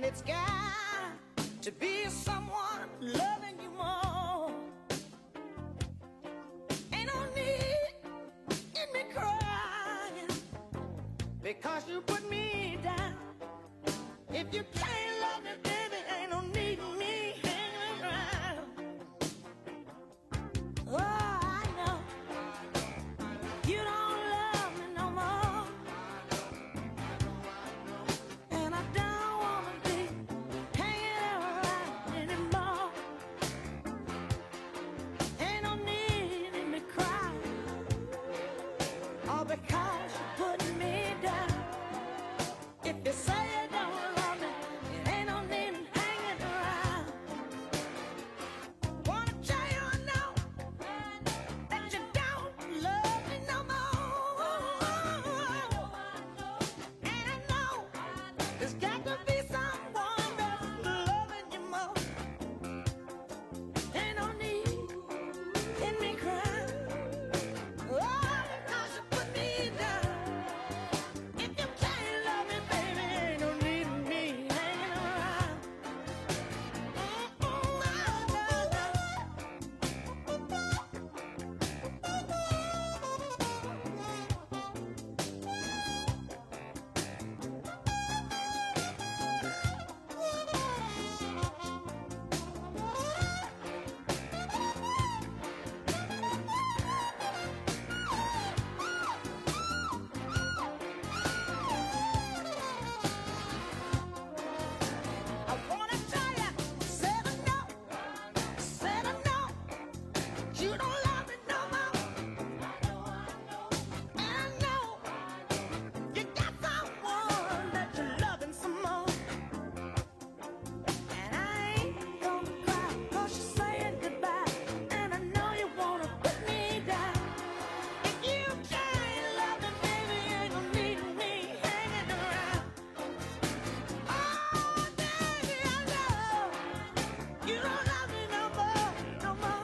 it's got to be someone loving you more. Ain't no need in me crying because you put me down. If you can't love me, baby, ain't no need in me hanging around. Oh, I know you don't love me no more, and I don't wanna be hanging around anymore. Ain't no need in me crying, all because you put me down. If you say you don't love me, it ain't no need in hanging around. Wanna tell you I know that you don't love me no more, and I know there's got to be someone that's loving you more. Ain't no need in me crying, oh, because you put me down. If you can't love me, baby, ain't no need in me hanging around. I wanna tell you, said I know, you don't love me no more. And I know you got someone that you're loving some more. And I ain't gonna cry 'cause you're saying goodbye. And I know you wanna put me down. If you can't love me, baby, ain't no need in me hanging around. Oh, baby, I know you don't love me no more, no more.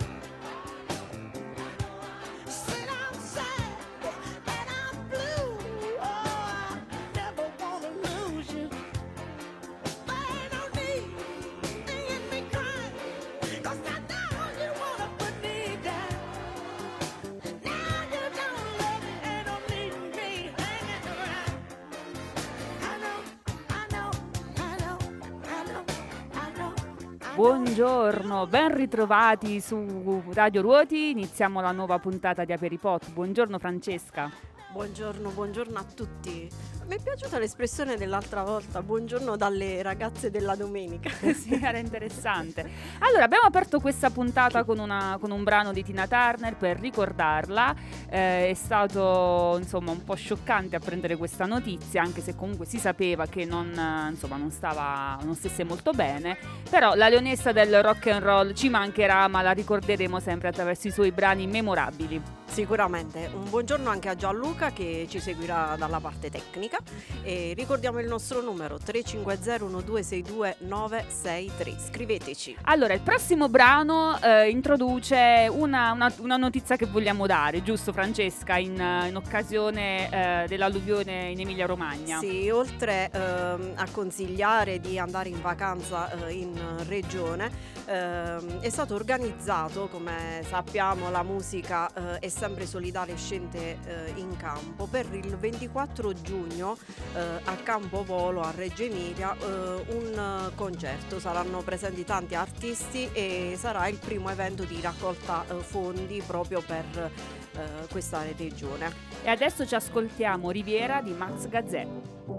Said I'm sad and I'm blue. Oh, I never wanna lose you. But ain't no need in me crying, 'cause I know you wanna put me down. Now you don't love me, ain't no need in me hanging around. I know, I know, I know, I know, I know, I know. Buongiorno, ben ritrovati su Radio Ruoti, iniziamo la nuova puntata di Aperipot. Buongiorno Francesca. Buongiorno a tutti. Mi è piaciuta l'espressione dell'altra volta, buongiorno dalle ragazze della domenica. Sì, era interessante. Allora, abbiamo aperto questa puntata con un brano di Tina Turner per ricordarla. È stato insomma un po' scioccante apprendere questa notizia, anche se comunque si sapeva che non stesse molto bene. Però la leonessa del rock and roll ci mancherà, ma la ricorderemo sempre attraverso i suoi brani memorabili. Sicuramente. Un buongiorno anche a Gianluca che ci seguirà dalla parte tecnica. E ricordiamo il nostro numero 350 1262 963. Scriveteci. Allora, il prossimo brano introduce una notizia che vogliamo dare, giusto Francesca, in occasione dell'alluvione in Emilia-Romagna. Sì, oltre a consigliare di andare in vacanza in regione, è stato organizzato, come sappiamo la musica è sempre solidaria e scende in campo, per il 24 giugno a Campovolo a Reggio Emilia un concerto. Saranno presenti tanti artisti e sarà il primo evento di raccolta fondi proprio per questa regione. E adesso ci ascoltiamo Riviera di Max Gazzè.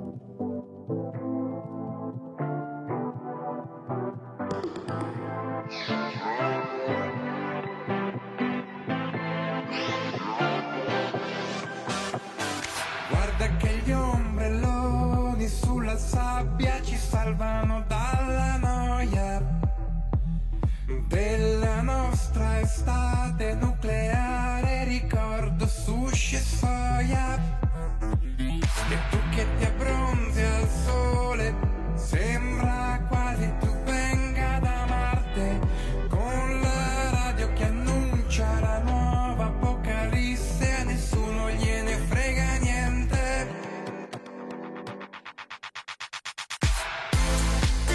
Guarda che gli ombrelloni sulla sabbia ci salvano dalla noia della nostra estate nucleare. Ricordo sushi e soia, e tu che ti abbronzi al sole, sembra quasi tu venga da Marte, con la radio che annuncia la nuova apocalisse, a nessuno gliene frega niente.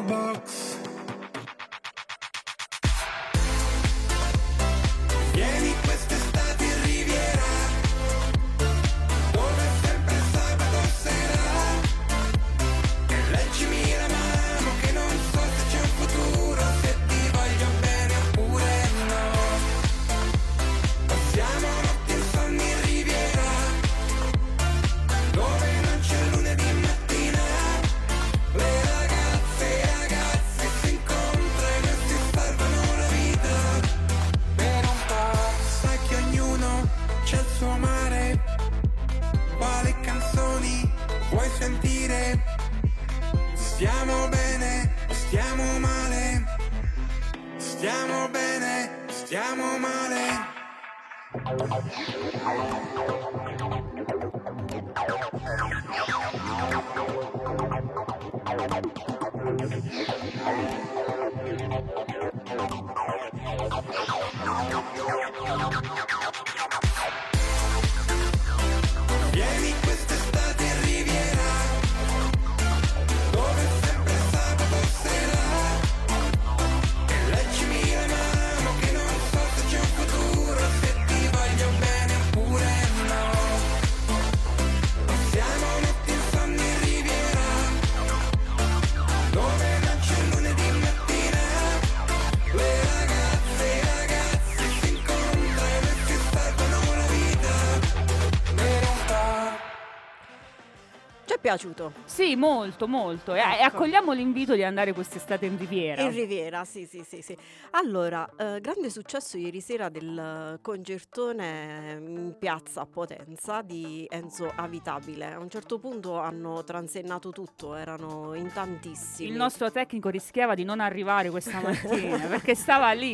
box. Vieni quest'estate in Riviera, dove sempre sabato sera, e leggimi la mano che non so se c'è un futuro, se ti voglio bene oppure no. Passiamo notti insonni in Riviera, dove non c'è lunedì mattina, le ragazze e i ragazzi si incontrano e si salvano la vita. Per un po' sai che ognuno c'è il suo mare, quali canzoni vuoi sentire? Stiamo bene, stiamo male, stiamo bene, stiamo male. Vieni quest'estate in Riviera, dove sempre sabato sera, e leggimi la mano che non so se c'è un futuro, se ti voglio bene oppure no. Passiamo notti insonni in Riviera, dove non c'è lunedì mattina, le ragazze e i ragazzi si incontrano e si salvano la vita. Per un po'. Ci è piaciuto? Sì, molto, molto. E Ecco. accogliamo l'invito di andare quest'estate in Riviera. In Riviera, sì. Allora, grande successo ieri sera del concertone in piazza a Potenza di Enzo Avitabile. A un certo punto hanno transennato tutto, erano in tantissimi. Il nostro tecnico rischiava di non arrivare questa mattina perché stava lì.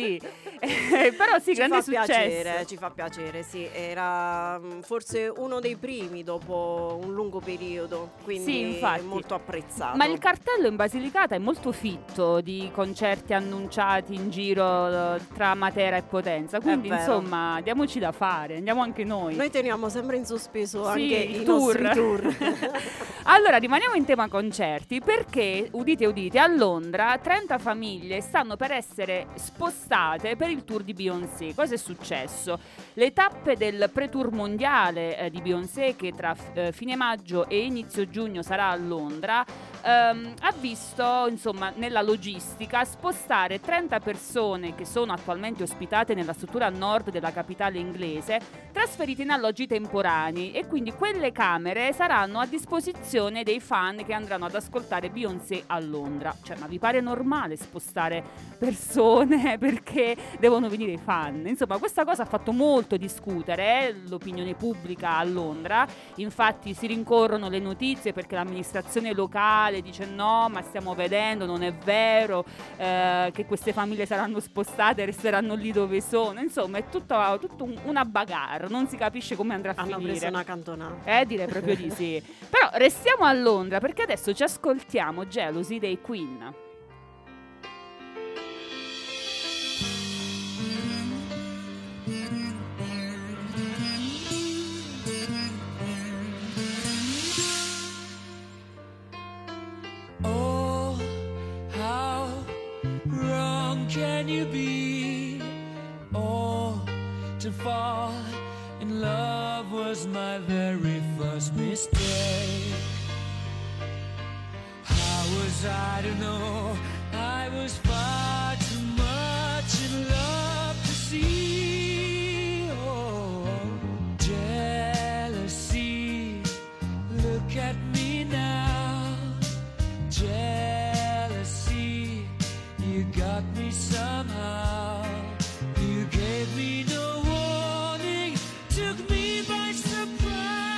Però sì, grande successo. Ci fa piacere, sì. Era forse uno dei primi dopo un lungo periodo, quindi Sì, infatti. molto apprezzato. Ma il cartello in Basilicata è molto fitto di concerti annunciati in giro tra Matera e Potenza, quindi vero. insomma diamoci da fare, andiamo anche noi. Noi teniamo sempre in sospeso Sì, anche il i tour. nostri tour. Allora, rimaniamo in tema concerti perché, udite, a Londra 30 famiglie stanno per essere spostate per il tour di Beyoncé. Cosa è successo? Le tappe del pre-tour mondiale di Beyoncé, che tra fine maggio e inizio giugno sarà a Londra, ha visto, insomma, nella logistica spostare 30 persone che sono attualmente ospitate nella struttura nord della capitale inglese, trasferite in alloggi temporanei, e quindi quelle camere saranno a disposizione dei fan che andranno ad ascoltare Beyoncé a Londra. Cioè, ma vi pare normale spostare persone perché devono venire i fan? Insomma, questa cosa ha fatto molto discutere l'opinione pubblica a Londra. Infatti si rincorrono le notizie perché l'amministrazione locale dice no, ma stiamo vedendo, non è vero, che queste famiglie saranno spostate e resteranno lì dove sono. Insomma, è tutto una bagarre, non si capisce come andrà a Hanno finire. preso una cantonata. Direi proprio di sì. Però restiamo a Londra perché adesso ci ascoltiamo Jealousy dei Queen. Oh, how wrong can you be? Oh, to fall in love was my very first mistake. How was I to know I was far too much in love to see? Oh, jealousy, look at me now. Jealousy, you got me somehow. You gave me no warning, took me by surprise.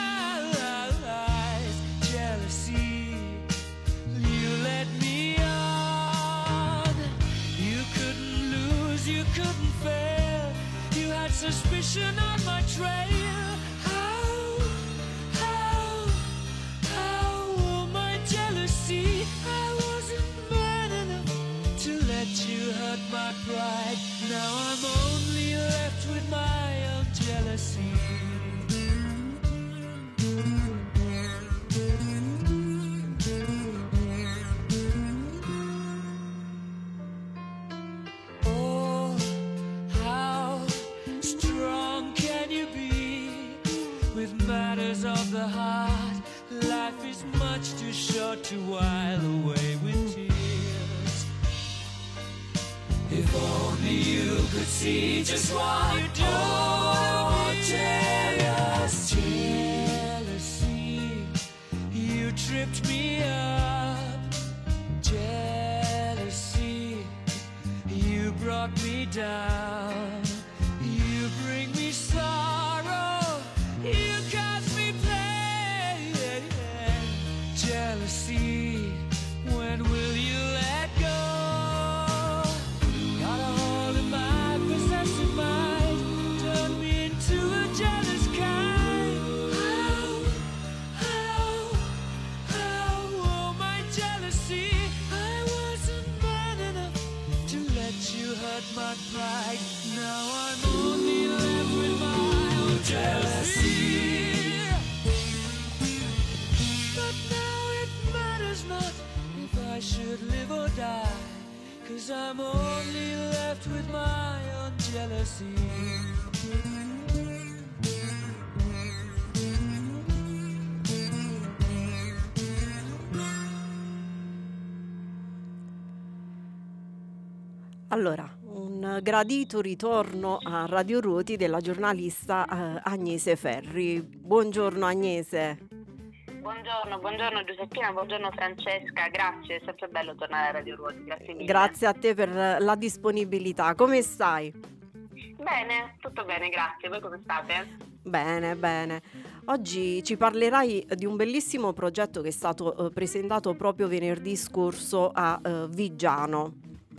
Jealousy, you led me on. You couldn't lose, you couldn't fail. You had suspicion on my trail. How, oh my jealousy, I wasn't man enough to let you hurt my pride. Now I'm only left with my own jealousy. to while away with tears. If only you could see just what you do to me. Jealousy, you tripped me up. Jealousy, you brought me down. You bring me sorrow, you cause me pain. Jealousy, when will you let go? Got a hold of my possessive mind, turned me into a jealous kind. Oh, my jealousy, I wasn't man enough to let you hurt my pride. Now I'm only left with my own jealousy. But now it matters not if I should live or die, 'cause I'm only left with my own jealousy. Allora, un gradito ritorno a Radio Ruoti della giornalista Agnese Ferri. Buongiorno Agnese. Buongiorno Giuseppina, buongiorno Francesca, grazie, è sempre bello tornare a Radio Ruoti, grazie mille. Grazie a te per la disponibilità. Come stai? Bene, tutto bene, grazie. Voi come state? Bene, bene. Oggi ci parlerai di un bellissimo progetto che è stato presentato proprio venerdì scorso a Viggiano.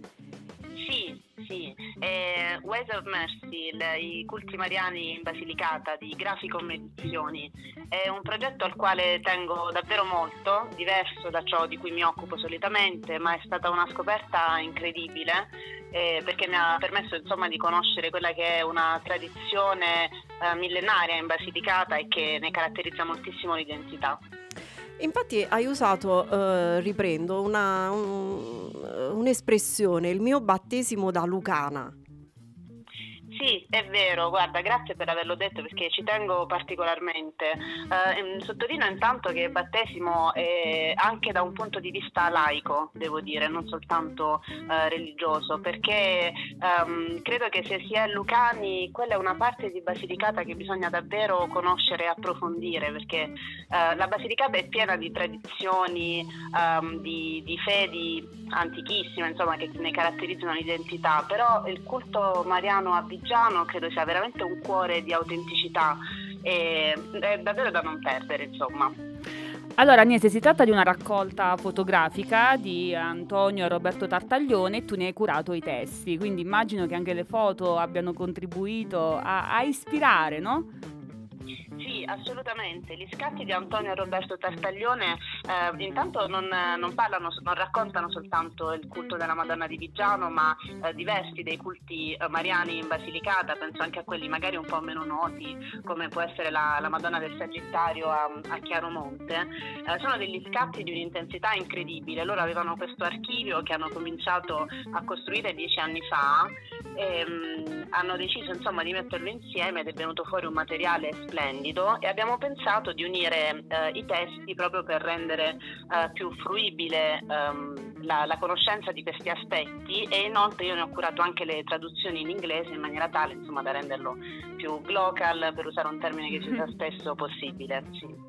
Sì, Ways of Mercy, i culti mariani in Basilicata di Graficom Edizioni, è un progetto al quale tengo davvero molto, diverso da ciò di cui mi occupo solitamente, ma è stata una scoperta incredibile perché mi ha permesso insomma di conoscere quella che è una tradizione millenaria in Basilicata e che ne caratterizza moltissimo l'identità. Infatti hai usato, riprendo, un'espressione, il mio battesimo da lucana. Sì, è vero, guarda, grazie per averlo detto perché ci tengo particolarmente. Sottolineo intanto che battesimo è anche da un punto di vista laico, devo dire, non soltanto religioso, perché credo che se si è lucani, quella è una parte di Basilicata che bisogna davvero conoscere e approfondire, perché la Basilicata è piena di tradizioni, di fedi antichissime, insomma, che ne caratterizzano l'identità, però il culto mariano a Viggiano credo sia veramente un cuore di autenticità e è davvero da non perdere, insomma. Allora Agnese, si tratta di una raccolta fotografica di Antonio e Roberto Tartaglione e tu ne hai curato i testi, quindi immagino che anche le foto abbiano contribuito a ispirare, no? Sì, assolutamente. Gli scatti di Antonio e Roberto Tartaglione intanto non raccontano soltanto il culto della Madonna di Viggiano, ma diversi dei culti mariani in Basilicata, penso anche a quelli magari un po' meno noti, come può essere la Madonna del Sagittario a Chiaromonte. Sono degli scatti di un'intensità incredibile. Loro avevano questo archivio che hanno cominciato a costruire 10 anni fa e hanno deciso insomma di metterlo insieme ed è venuto fuori un materiale splendido e abbiamo pensato di unire i testi proprio per rendere più fruibile la conoscenza di questi aspetti e inoltre io ne ho curato anche le traduzioni in inglese in maniera tale insomma da renderlo più glocal, per usare un termine che si usa spesso, possibile. Sì.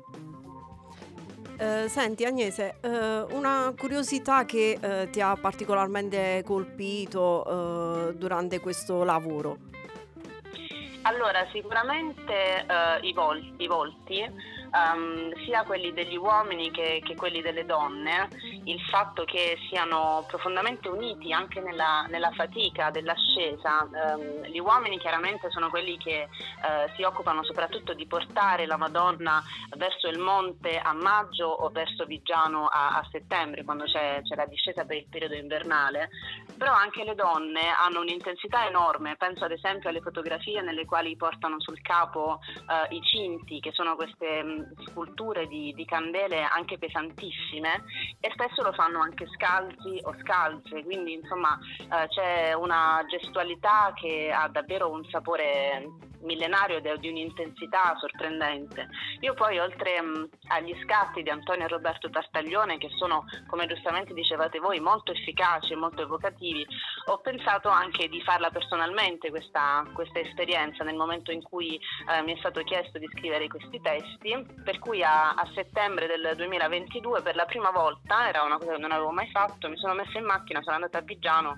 Senti Agnese, una curiosità che ti ha particolarmente colpito durante questo lavoro? Allora, sicuramente i volti, sia quelli degli uomini che quelli delle donne, il fatto che siano profondamente uniti anche nella fatica dell'ascesa. Gli uomini chiaramente sono quelli che si occupano soprattutto di portare la Madonna verso il monte a maggio o verso Viggiano a settembre, quando c'è la discesa per il periodo invernale, però anche le donne hanno un'intensità enorme. Penso ad esempio alle fotografie nelle quali portano sul capo i cinti, che sono queste sculture di candele anche pesantissime, e spesso lo fanno anche scalzi o scalze, quindi insomma c'è una gestualità che ha davvero un sapore millenario ed è di un'intensità sorprendente. Io poi, oltre agli scatti di Antonio e Roberto Tartaglione, che sono, come giustamente dicevate voi, molto efficaci e molto evocativi, ho pensato anche di farla personalmente questa esperienza nel momento in cui mi è stato chiesto di scrivere questi testi, per cui a settembre del 2022 per la prima volta, era una cosa che non avevo mai fatto, mi sono messa in macchina, sono andata a Viggiano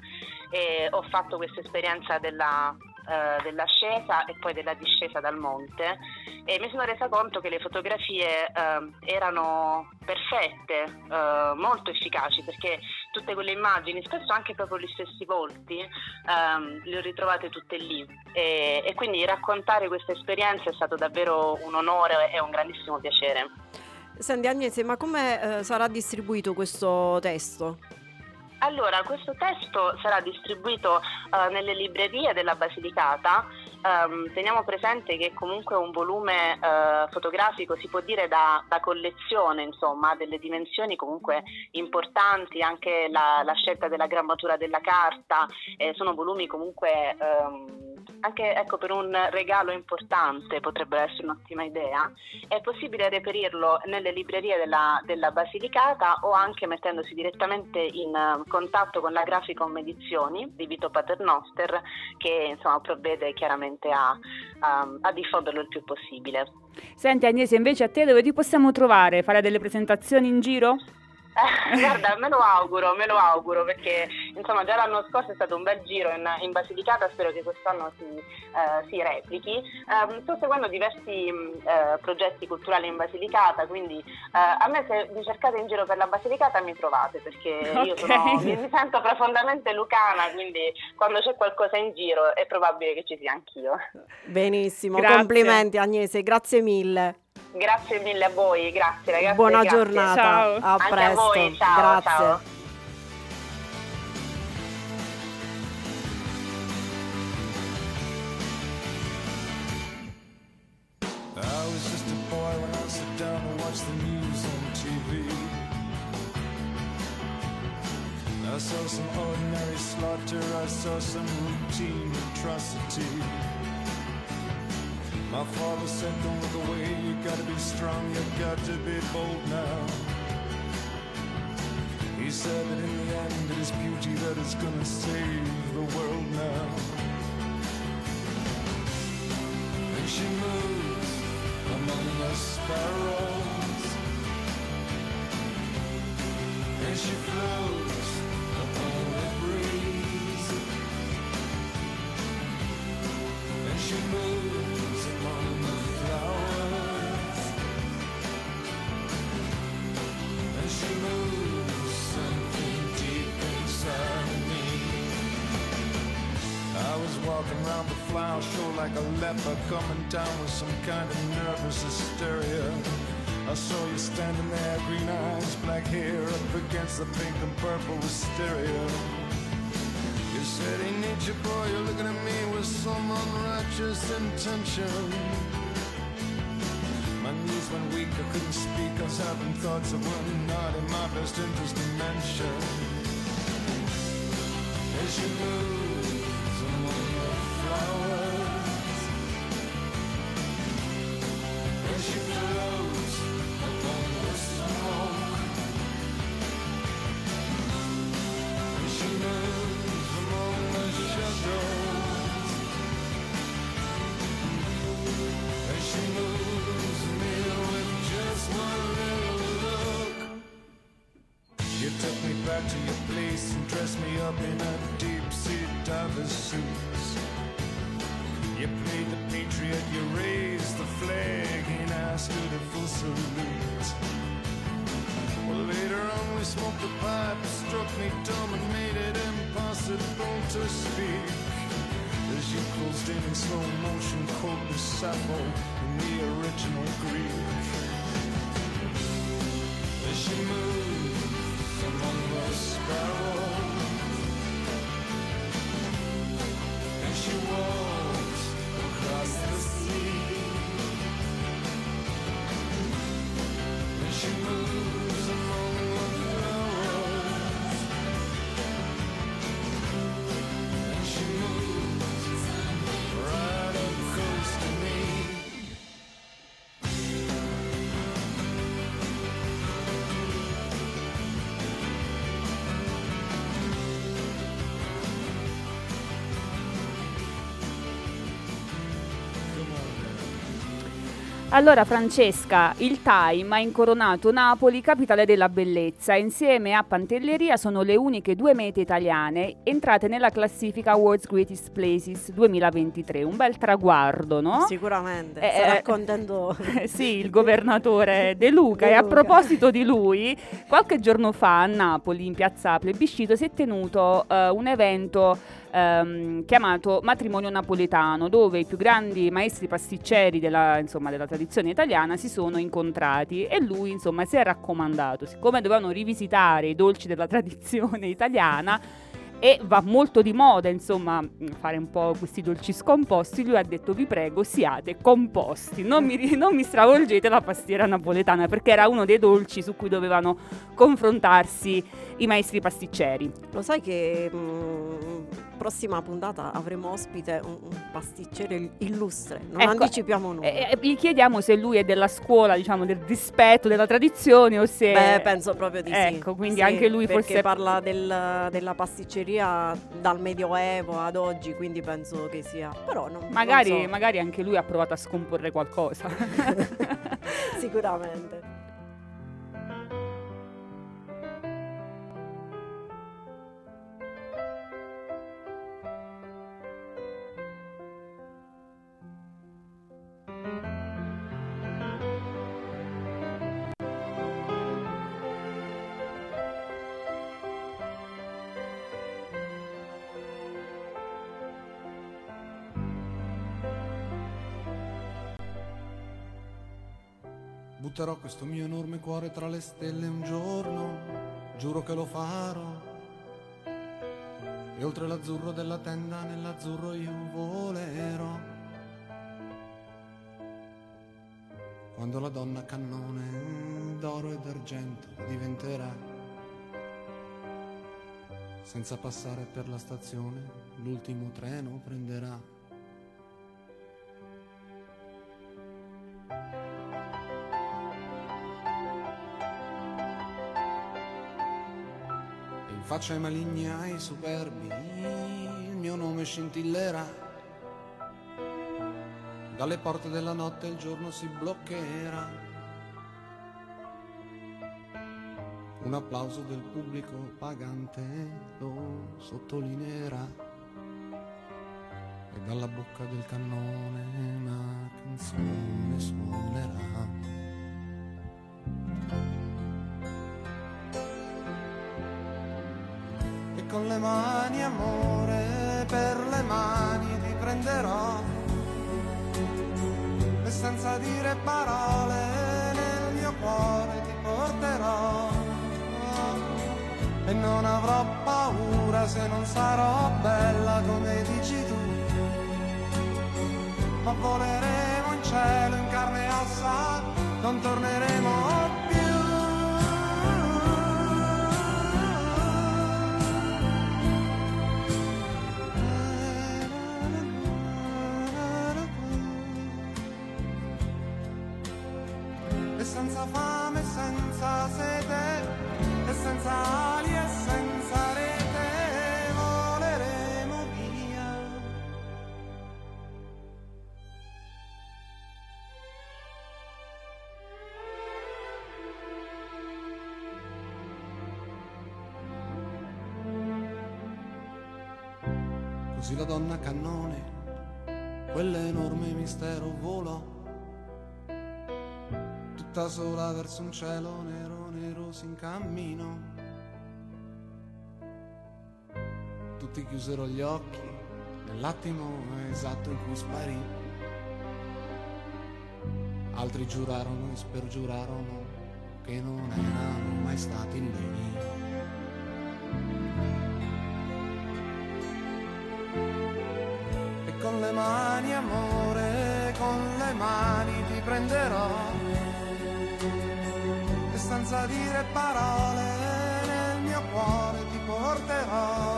e ho fatto questa esperienza dell'ascesa e poi della discesa dal monte, e mi sono resa conto che le fotografie erano perfette, molto efficaci, perché tutte quelle immagini, spesso anche proprio gli stessi volti, le ho ritrovate tutte lì, e quindi raccontare questa esperienza è stato davvero un onore e un grandissimo piacere. Senti Agnese, ma come sarà distribuito questo testo? Allora, questo testo sarà distribuito nelle librerie della Basilicata. Teniamo presente che comunque un volume fotografico, si può dire da collezione, insomma, ha delle dimensioni comunque importanti, anche la scelta della grammatura della carta, sono volumi comunque anche, ecco, per un regalo importante potrebbe essere un'ottima idea. È possibile reperirlo nelle librerie della Basilicata o anche mettendosi direttamente in contatto con la Graficom Edizioni di Vito Paternoster, che insomma provvede chiaramente a diffonderlo il più possibile. Senti Agnese, invece a te dove ti possiamo trovare? Fare delle presentazioni in giro? Guarda, me lo auguro, perché insomma già l'anno scorso è stato un bel giro in Basilicata, spero che quest'anno si replichi. Sto seguendo diversi progetti culturali in Basilicata, quindi a me, se mi cercate in giro per la Basilicata, mi trovate, perché io mi sento profondamente lucana, quindi quando c'è qualcosa in giro è probabile che ci sia anch'io. Benissimo, Grazie. complimenti Agnese, grazie mille. Grazie mille a voi, grazie ragazzi. Buona grazie. giornata, Ciao. a Anche presto. a voi, ciao, Grazie. ciao. I was just a boy when I sat down and watched the news on TV. I saw some ordinary slaughter, I saw some routine atrocity. My father said, don't look away, you gotta be strong, you got to be bold now. He said that in the end it is beauty that is gonna save the world now. And she moves among the sparrows, and she floats upon the breeze, and she moves among the flowers, and she moves something deep inside of me. I was walking around the flower show like a leper, coming down with some kind of nervous hysteria. I saw you standing there, green eyes, black hair, up against the pink and purple wisteria. You said, hey nature boy, you're looking at me with some unrighteous intention. My knees went weak, I couldn't speak, I was having thoughts that were not in my best interest to mention. As she moves among the flowers, as she floats upon the smoke, as she moves among the shadows, as she moves me with just one little look. You took me back to your place and dressed me up in a deep-sea diver's suit. You played the patriot, you raised the flag, and I stood at full salute. Well, later on we smoked a pipe, struck me dumb and made it impossible to speak. As you closed in slow motion, quoting Sappho in the original Greek. As she moves among the sparrows, and she walks across the sea, and she moves among the flowers, and she moves right up close Allora Francesca, il Time ha incoronato Napoli capitale della bellezza. Insieme a Pantelleria sono le uniche due mete italiane entrate nella classifica World's Greatest Places 2023. Un bel traguardo, no? Sicuramente, sarà contento. Sì, il governatore De Luca. De E a Luca. proposito di lui, qualche giorno fa a Napoli, in piazza Plebiscito, si è tenuto un evento chiamato Matrimonio Napoletano, dove i più grandi maestri pasticceri della tradizione italiana si sono incontrati e lui insomma si è raccomandato, siccome dovevano rivisitare i dolci della tradizione italiana e va molto di moda insomma fare un po' questi dolci scomposti, lui ha detto: vi prego, siate composti, non mi stravolgete la pastiera napoletana, perché era uno dei dolci su cui dovevano confrontarsi i maestri pasticceri. Lo sai che prossima puntata avremo ospite un pasticcere illustre, non Ecco, anticipiamo nulla. Gli chiediamo se lui è della scuola, diciamo, del rispetto della tradizione o se... Beh, penso proprio di sì. Ecco, quindi Sì, anche lui perché forse... parla della pasticceria dal Medioevo ad oggi, quindi penso che sia... Però non so. Magari anche lui ha provato a scomporre qualcosa. Sicuramente. Butterò questo mio enorme cuore tra le stelle un giorno, giuro che lo farò. E oltre l'azzurro della tenda, nell'azzurro io volerò. Quando la donna cannone d'oro ed argento diventerà, senza passare per la stazione, l'ultimo treno prenderà. In faccia ai maligni, ai superbi, il mio nome scintillerà. Dalle porte della notte il giorno si bloccherà. Un applauso del pubblico pagante lo sottolineerà. E dalla bocca del cannone una canzone suonerà. Con le mani, amore, per le mani ti prenderò e senza dire parole nel mio cuore ti porterò e non avrò paura se non sarò bella come dici tu, ma voleremo in cielo in carne e ossa, non torneremo più. Senza fame, senza sete, e senza ali e senza rete, voleremo via. Così la donna cannone, quell'enorme mistero volò, tutta sola verso un cielo nero, nero s'incammino. Tutti chiusero gli occhi nell'attimo esatto in cui sparì. Altri giurarono e spergiurarono che non erano mai stati lì. E con le mani, amore, con le mani ti prenderò e senza dire parole nel mio cuore ti porterò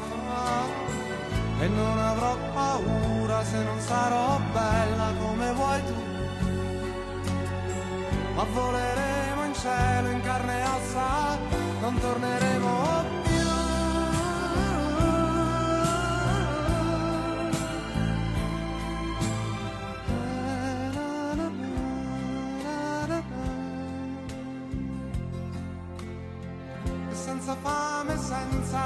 e non avrò paura se non sarò bella come vuoi tu, ma voleremo in cielo in carne e ossa, non torneremo più.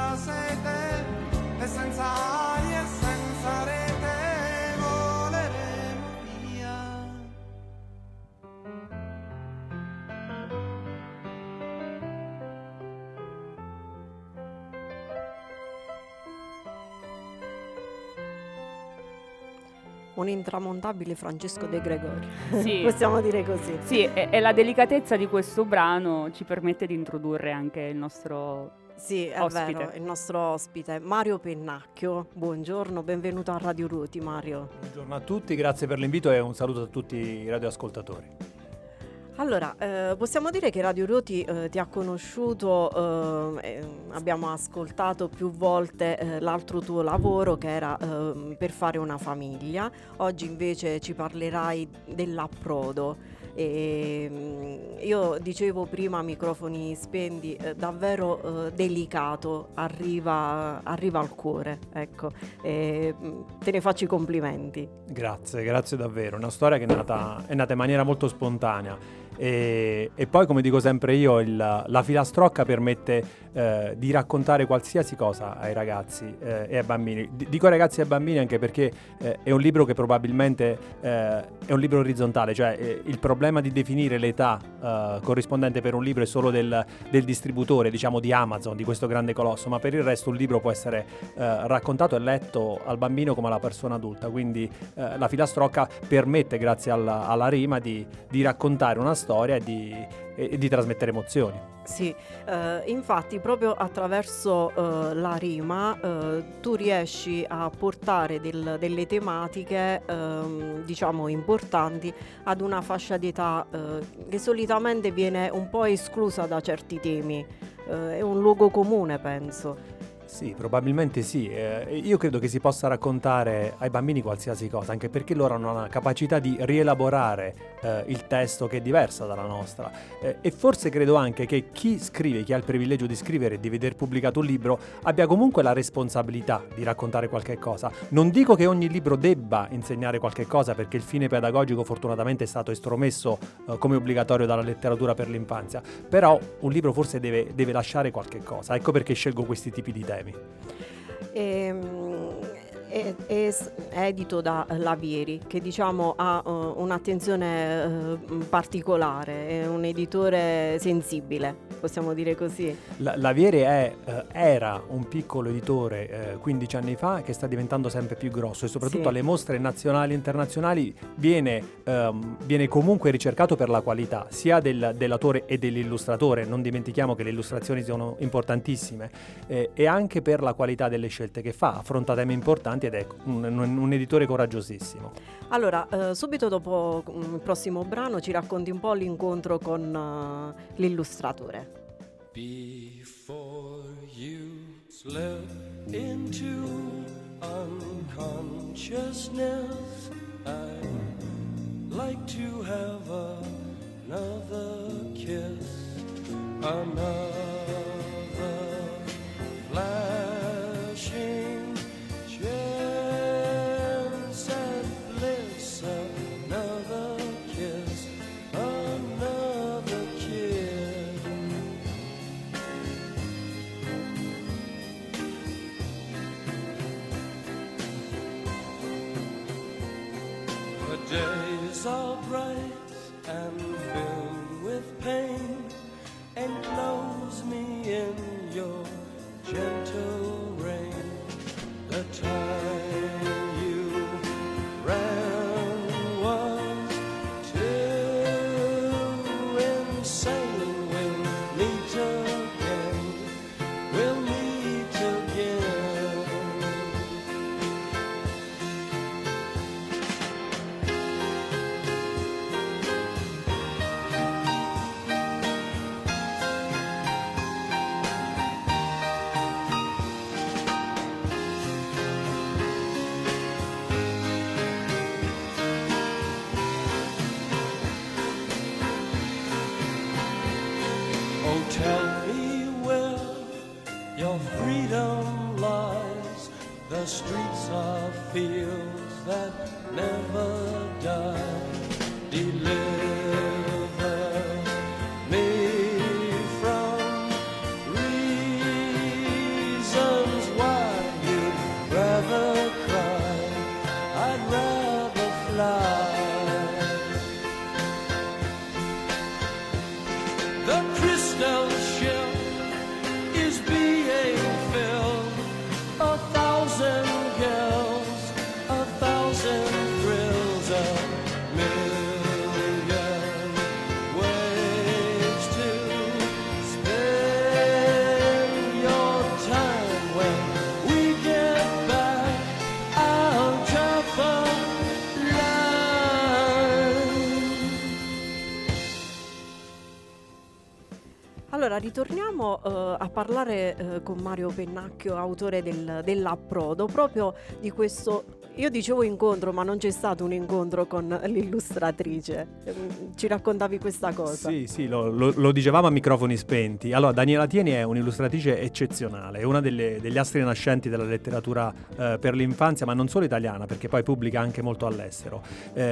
senza sete e senza ali e senza rete voleremo via. Un intramontabile Francesco De Gregori. Sì. Possiamo dire così. Sì, e la delicatezza di questo brano ci permette di introdurre anche il nostro Sì, è ospite. vero, il nostro ospite Mario Pennacchio. Buongiorno, benvenuto a Radio Ruti, Mario. Buongiorno a tutti, grazie per l'invito e un saluto a tutti i radioascoltatori. Allora, possiamo dire che Radio Ruti ti ha conosciuto, abbiamo ascoltato più volte l'altro tuo lavoro che era Per fare una famiglia. Oggi invece ci parlerai dell'approdo. Io dicevo prima a microfoni spenti, davvero delicato, arriva al cuore, ecco, te ne faccio i complimenti. Grazie davvero. Una storia che è nata in maniera molto spontanea. E poi, come dico sempre io, la filastrocca permette di raccontare qualsiasi cosa ai ragazzi e ai bambini. Dico ai ragazzi e ai bambini anche perché è un libro che probabilmente è un libro orizzontale, cioè il problema di definire l'età corrispondente per un libro è solo del distributore, diciamo di Amazon, di questo grande colosso, ma per il resto un libro può essere raccontato e letto al bambino come alla persona adulta, quindi la filastrocca permette, grazie alla rima, di raccontare una storia e di trasmettere emozioni. Sì, infatti proprio attraverso la rima tu riesci a portare delle tematiche diciamo importanti ad una fascia di età che solitamente viene un po' esclusa da certi temi. È un luogo comune, penso. Sì, probabilmente sì. Io credo che si possa raccontare ai bambini qualsiasi cosa, anche perché loro hanno una capacità di rielaborare il testo che è diversa dalla nostra. E forse credo anche che chi scrive, chi ha il privilegio di scrivere e di veder pubblicato un libro, abbia comunque la responsabilità di raccontare qualche cosa. Non dico che ogni libro debba insegnare qualche cosa, perché il fine pedagogico fortunatamente è stato estromesso come obbligatorio dalla letteratura per l'infanzia, però un libro forse deve lasciare qualche cosa. Ecco perché scelgo questi tipi di temi. È edito da Lavieri, che diciamo ha un'attenzione particolare, è un editore sensibile, possiamo dire così. Lavieri era un piccolo editore 15 anni fa che sta diventando sempre più grosso e soprattutto Sì. alle mostre nazionali e internazionali viene comunque ricercato per la qualità sia dell'autore e dell'illustratore. Non dimentichiamo che le illustrazioni sono importantissime, e anche per la qualità delle scelte che fa. Affronta temi importanti ed è un editore coraggiosissimo. Allora, subito dopo il prossimo brano ci racconti un po' l'incontro con l'illustratore. Before you slip into unconsciousness, I'd like to have another kiss, another flashing chance at bliss, another kiss, another kiss. The days are bright and filled with pain, enclose me in your gentle rain. The time you ran was too insane. We'll meet again, we'll meet again. Oh, tell me where your freedom lies. The streets are fields that never die. Deliver me from reason Allora ritorniamo a parlare con Mario Pennacchio, autore dell'Approdo, proprio di questo. Io dicevo incontro, ma non c'è stato un incontro con l'illustratrice. Ci raccontavi questa cosa? Sì, lo dicevamo a microfoni spenti. Allora, Daniela Tieni è un'illustratrice eccezionale, è una degli astri nascenti della letteratura per l'infanzia, ma non solo italiana, perché poi pubblica anche molto all'estero.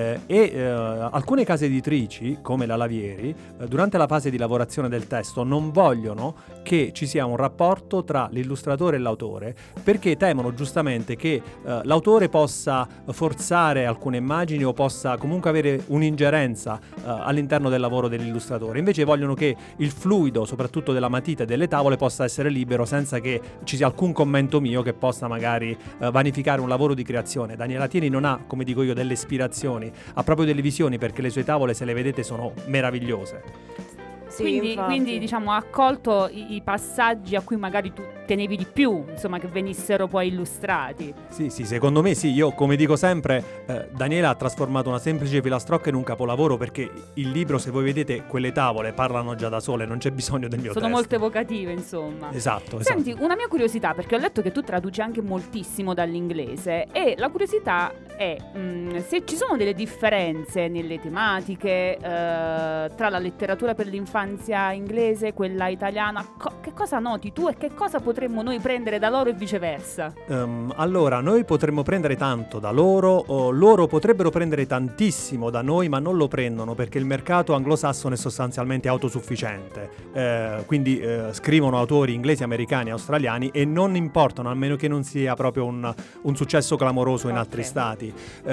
Alcune case editrici, come la Lavieri, durante la fase di lavorazione del testo non vogliono che ci sia un rapporto tra l'illustratore e l'autore, perché temono giustamente che l'autore possa forzare alcune immagini o possa comunque avere un'ingerenza all'interno del lavoro dell'illustratore. Invece vogliono che il fluido, soprattutto della matita e delle tavole, possa essere libero senza che ci sia alcun commento mio che possa magari vanificare un lavoro di creazione. Daniela Tieni non ha, come dico io, delle ispirazioni, ha proprio delle visioni, perché le sue tavole, se le vedete, sono meravigliose. Sì, quindi diciamo ha accolto i passaggi a cui magari tu tenevi di più, insomma, che venissero poi illustrati. Sì, secondo me sì. Io, come dico sempre, Daniela ha trasformato una semplice filastrocca in un capolavoro, perché il libro, se voi vedete, quelle tavole parlano già da sole, non c'è bisogno del mio testo. Sono molto evocative, insomma. Esatto. Senti, una mia curiosità, perché ho letto che tu traduci anche moltissimo dall'inglese, e la curiosità è se ci sono delle differenze nelle tematiche tra la letteratura per l'infanzia inglese e quella italiana. Che cosa noti tu e che cosa potremmo noi prendere da loro e viceversa? Allora, noi potremmo prendere tanto da loro, o loro potrebbero prendere tantissimo da noi, ma non lo prendono perché il mercato anglosassone è sostanzialmente autosufficiente. Quindi scrivono autori inglesi, americani, australiani, e non importano, a meno che non sia proprio un successo clamoroso in altri stati.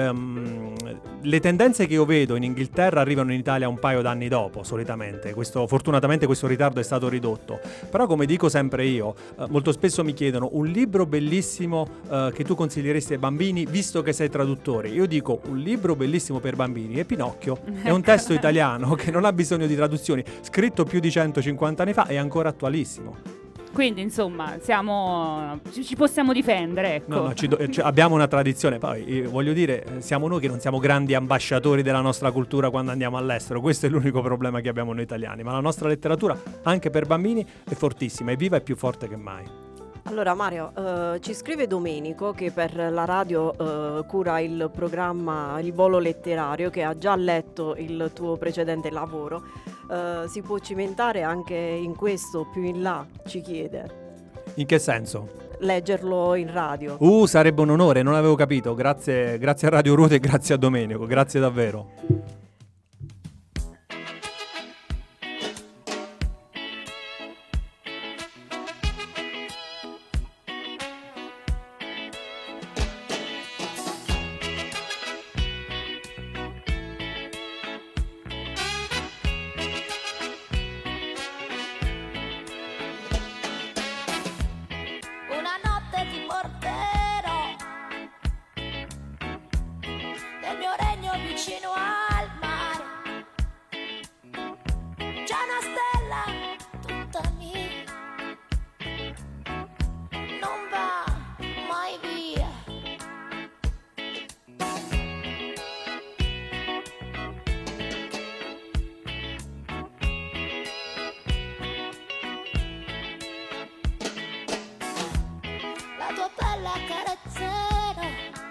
Le tendenze che io vedo in Inghilterra arrivano in Italia un paio d'anni dopo, solitamente. Fortunatamente questo ritardo è stato ridotto. Però, come dico sempre io, molto spesso mi chiedono un libro bellissimo che tu consiglieresti ai bambini, visto che sei traduttore. Io dico, un libro bellissimo per bambini è Pinocchio. È un testo italiano che non ha bisogno di traduzioni, scritto più di 150 anni fa, è ancora attualissimo. Quindi, insomma, ci possiamo difendere, ecco. No, abbiamo una tradizione. Poi, voglio dire, siamo noi che non siamo grandi ambasciatori della nostra cultura quando andiamo all'estero. Questo è l'unico problema che abbiamo noi italiani. Ma la nostra letteratura, anche per bambini, è fortissima, è viva e più forte che mai. Allora Mario, ci scrive Domenico, che per la radio cura il programma Il Volo Letterario, che ha già letto il tuo precedente lavoro. Si può cimentare anche in questo più in là, ci chiede. In che senso? Leggerlo in radio. Sarebbe un onore, non avevo capito. Grazie a Radio Ruote e grazie a Domenico, grazie davvero. Una notte ti porterò nel mio regno vicino al mare. C'è una stella tutta mia, non va mai via. La tua pelle accarezzerò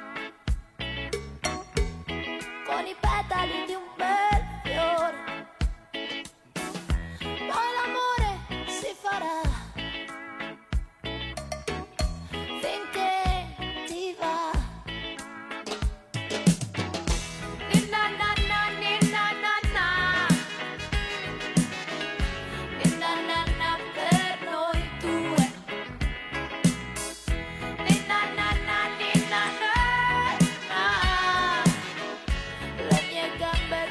con i petali di un bel fiore. Poi l'amore si farà finché ti va. Ninna na na, ninna na na, ninna na na per noi due. Ninna na na, ninna na na, le mie gambe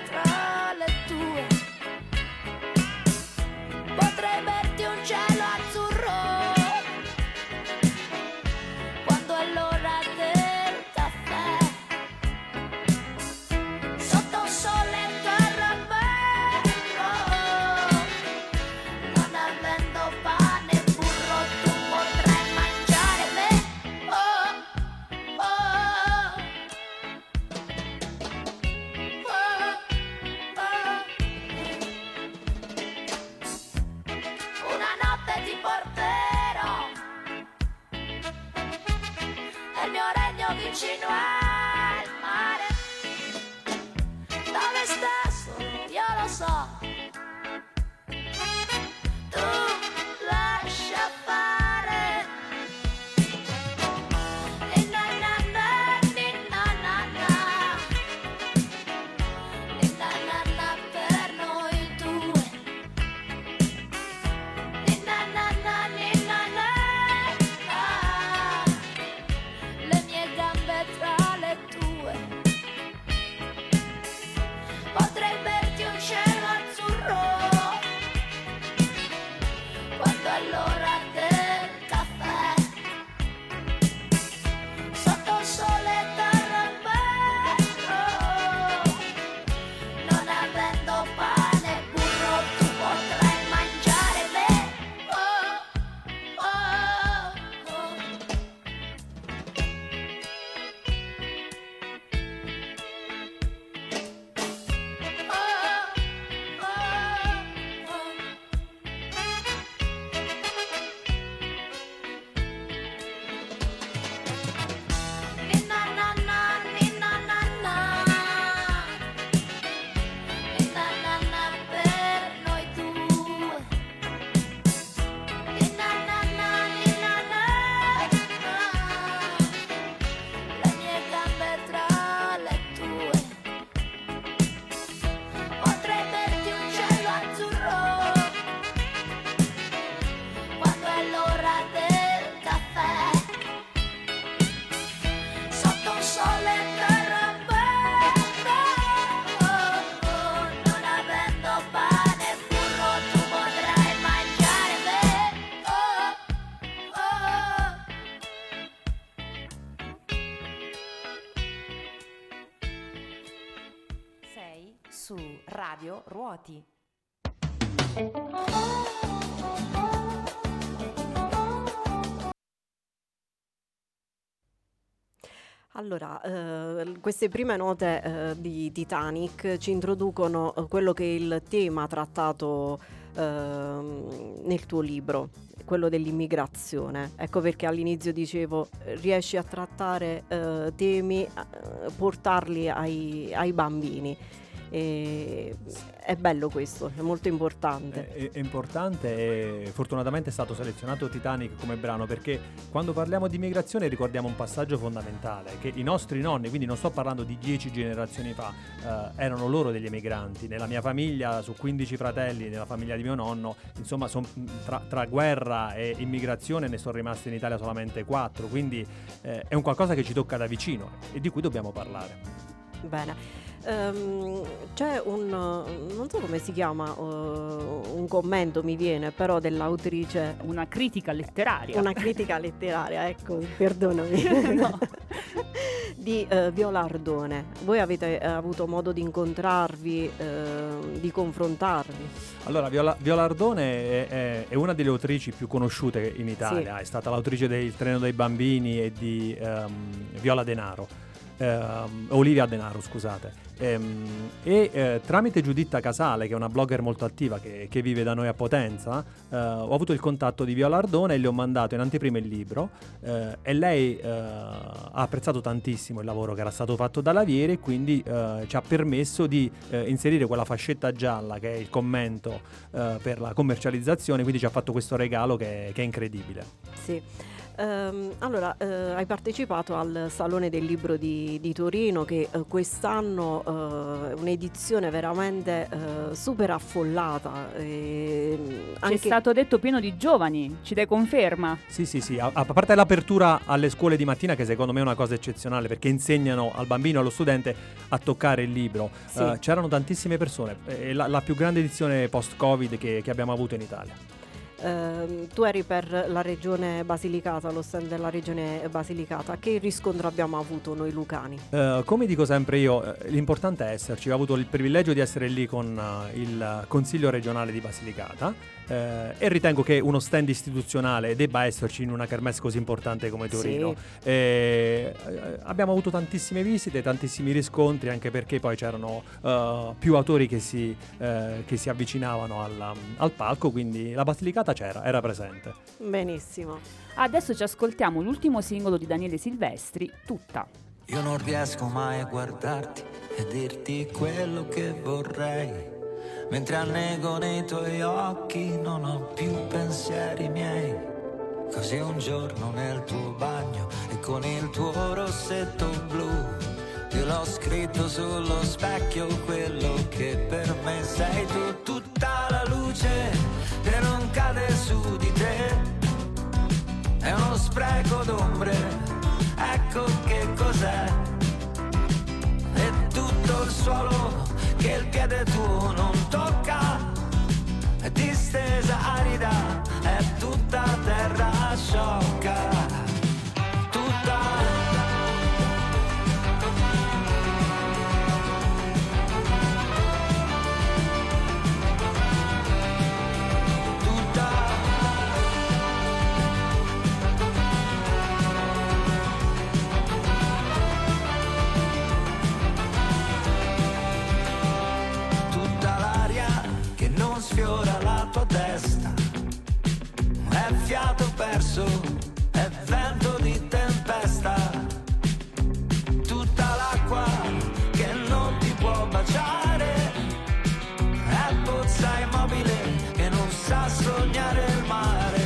legno vicino al mare. Dove sta solo io lo so. Tu lascia fare. Ninna na na, ninna na na. Ninna na na per noi due. Ninna na na, ninna na na. Le mie gambe tra le tue. Potrei berti un cielo azzurro quando è l'ora del caffè. Sotto il sole d'arrabbiato, non avendo pane e burro, tu potrai mangiare me. Oh, oh, oh. Ninna na na, ninna na na. Ninna na na per noi due. Ninna na na, ninna na na. Le mie gambe tra le tue. Potrei berti un cielo azzurro quando è l'ora del caffè. Sotto un sole d'arrabbiato, non avendo pane e burro, tu potrai mangiare me. Oh, oh. Sei su Radio Ruoti. Allora, queste prime note di Titanic ci introducono quello che è il tema trattato nel tuo libro, quello dell'immigrazione. Ecco perché all'inizio dicevo, riesci a trattare temi, portarli ai bambini. E è bello questo, è molto importante. È importante e fortunatamente è stato selezionato Titanic come brano perché quando parliamo di immigrazione ricordiamo un passaggio fondamentale, che i nostri nonni, quindi non sto parlando di 10 generazioni fa, erano loro degli emigranti. Nella mia famiglia, su 15 fratelli, nella famiglia di mio nonno, insomma tra guerra e immigrazione ne sono rimasti in Italia solamente 4, quindi è un qualcosa che ci tocca da vicino e di cui dobbiamo parlare. Bene. C'è non so come si chiama, un commento mi viene però dell'autrice, Una critica letteraria. una critica letteraria, ecco, perdonami, No. di Viola Ardone. Voi avete avuto modo di incontrarvi, di confrontarvi? Allora, Viola Ardone è una delle autrici più conosciute in Italia, Sì. è stata l'autrice di Il treno dei bambini e di Viola Denaro. Olivia Denaro, scusate. Tramite Giuditta Casale, che è una blogger molto attiva che vive da noi a Potenza, ho avuto il contatto di Viola Ardone e le ho mandato in anteprima il libro, e lei ha apprezzato tantissimo il lavoro che era stato fatto da Lavieri e quindi ci ha permesso di inserire quella fascetta gialla che è il commento per la commercializzazione, quindi ci ha fatto questo regalo che è incredibile. Sì. Allora, hai partecipato al Salone del Libro di Torino, che quest'anno è un'edizione veramente super affollata. C'è stato detto pieno di giovani, ci dai conferma? Sì, a parte l'apertura alle scuole di mattina, che secondo me è una cosa eccezionale perché insegnano al bambino e allo studente a toccare il libro. Sì. C'erano tantissime persone, è la più grande edizione post-Covid che abbiamo avuto in Italia. Tu eri per la regione Basilicata, lo stand della regione Basilicata. Che riscontro abbiamo avuto noi lucani? Come dico sempre io, l'importante è esserci. Ho avuto il privilegio di essere lì con il Consiglio regionale di Basilicata e ritengo che uno stand istituzionale debba esserci in una kermesse così importante come Torino. Sì. Abbiamo avuto tantissime visite, tantissimi riscontri, anche perché poi c'erano più autori che si avvicinavano al palco, quindi la Basilicata c'era, era presente. Benissimo. Adesso ci ascoltiamo l'ultimo singolo di Daniele Silvestri, Tutta. Io non riesco mai a guardarti e dirti quello che vorrei, mentre annego nei tuoi occhi non ho più pensieri miei. Così un giorno nel tuo bagno e con il tuo rossetto blu io l'ho scritto sullo specchio quello che per me sei tu. Tutta la luce che non cade su di te è uno spreco d'ombre, ecco che cos'è. E tutto il suolo che il piede tuo non tocca è distesa arida, è tutta terra sciocca. Tutta sfiora la tua testa, è fiato perso, è vento di tempesta, tutta l'acqua che non ti può baciare, è pozza immobile che non sa sognare il mare.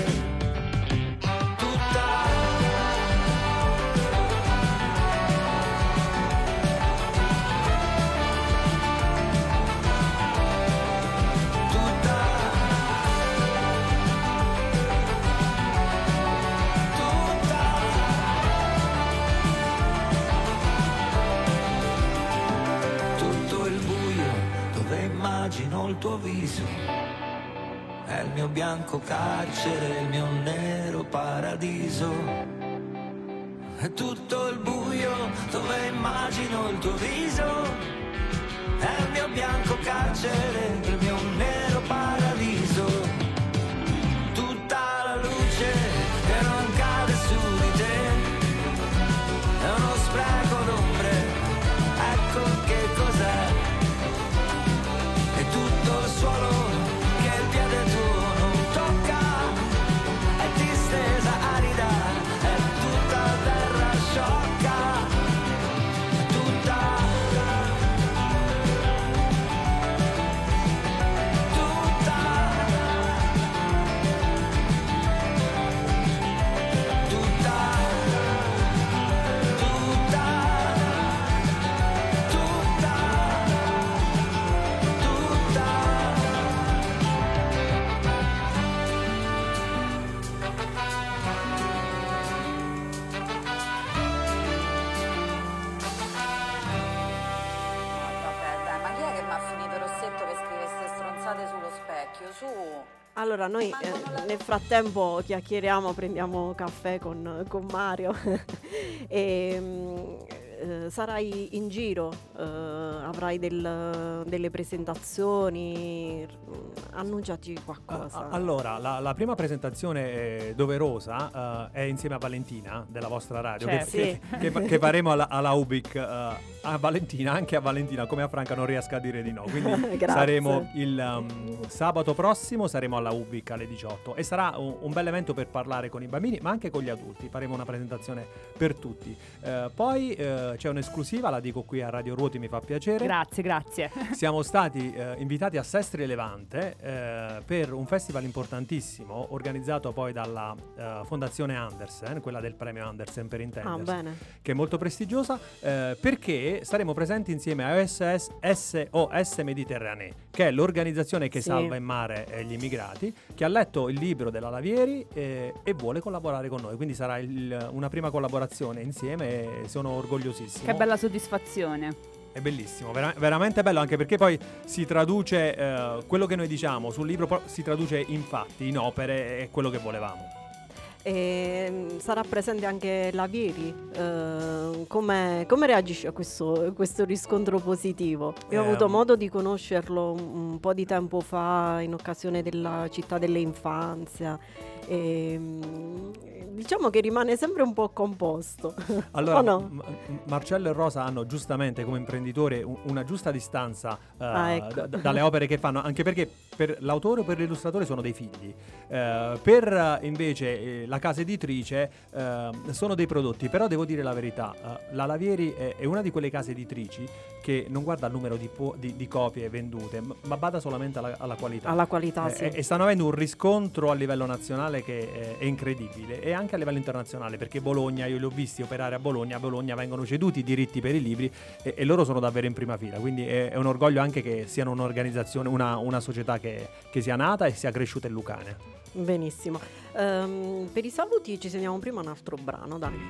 Immagino il tuo viso, è il mio bianco carcere, il mio nero paradiso. È tutto il buio dove immagino il tuo viso, è il mio bianco carcere, il mio nero paradiso. Tutta la luce che non cade su di te è uno spreco d'ombre, ecco che cos'è. Tutto il suolo che il piede tuo non tocca è distesa arida, è tutta terra sciocca. Tutta Su. Allora noi nel frattempo chiacchieriamo, prendiamo caffè con Mario e sarai in giro, avrai delle presentazioni, annunciati qualcosa. Allora, la prima presentazione doverosa è insieme a Valentina della vostra radio, che faremo alla UBIC. A Valentina, anche a Valentina, come a Franca non riesco a dire di no, quindi saremo il sabato prossimo, saremo alla UBIC alle 18 e sarà un bel evento per parlare con i bambini ma anche con gli adulti, faremo una presentazione per tutti. Poi c'è un'esclusiva, la dico qui a Radio Ruoti, mi fa piacere. Grazie. Siamo stati invitati a Sestri Levante per un festival importantissimo organizzato poi dalla Fondazione Andersen, quella del premio Andersen per intendersi, che è molto prestigiosa, perché saremo presenti insieme a SOS Mediterranee, che è l'organizzazione che salva in mare gli immigrati, che ha letto il libro della Lavieri e vuole collaborare con noi, quindi sarà una prima collaborazione insieme e sono orgogliosissimo. Che bella soddisfazione. È bellissimo, veramente bello, anche perché poi si traduce quello che noi diciamo sul libro, si traduce in fatti, in opere, è quello che volevamo. E sarà presente anche Lavieri. Come reagisce a questo riscontro positivo? Io ho avuto modo di conoscerlo un po' di tempo fa in occasione della città dell'infanzia. Diciamo che rimane sempre un po' composto. Allora, o no? Marcello e Rosa hanno giustamente come imprenditore una giusta distanza Ecco. dalle opere che fanno, anche perché per l'autore o per l'illustratore sono dei figli. Per invece la casa editrice sono dei prodotti, però devo dire la verità, la Lavieri è una di quelle case editrici che non guarda il numero di copie vendute, ma bada solamente alla qualità. Alla qualità, sì. E stanno avendo un riscontro a livello nazionale che è incredibile, e anche a livello internazionale, perché Bologna, io li ho visti operare a Bologna vengono ceduti i diritti per i libri e loro sono davvero in prima fila, quindi è un orgoglio anche che siano un'organizzazione, una società che sia nata e sia cresciuta in Lucania. Benissimo. Per i saluti ci segniamo prima un altro brano, dai.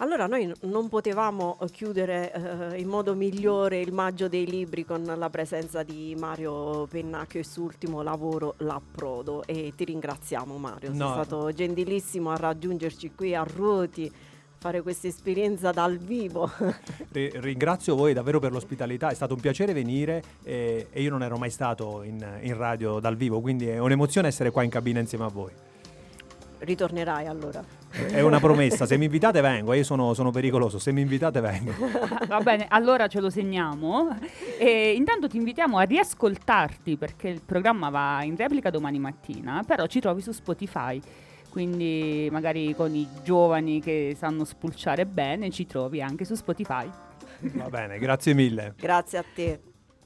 Allora noi non potevamo chiudere in modo migliore il Maggio dei Libri con la presenza di Mario Pennacchio e il suo ultimo lavoro L'Approdo, e ti ringraziamo Mario, sei stato gentilissimo a raggiungerci qui a Ruoti, fare questa esperienza dal vivo. Ringrazio voi davvero per l'ospitalità, è stato un piacere venire e io non ero mai stato in radio dal vivo, quindi è un'emozione essere qua in cabina insieme a voi. Ritornerai allora? È una promessa, se mi invitate vengo, io sono pericoloso, se mi invitate vengo. Va bene, allora ce lo segniamo e intanto ti invitiamo a riascoltarti perché il programma va in replica domani mattina, però ci trovi su Spotify, quindi magari con i giovani che sanno spulciare bene ci trovi anche su Spotify. Va bene, grazie mille. Grazie a te.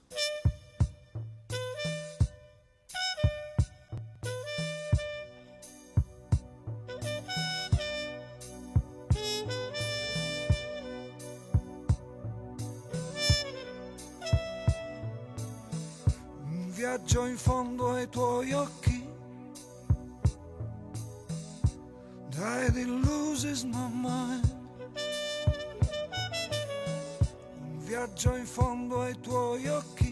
Viaggio in fondo ai tuoi occhi, died in loses my mind. Un viaggio in fondo ai tuoi occhi,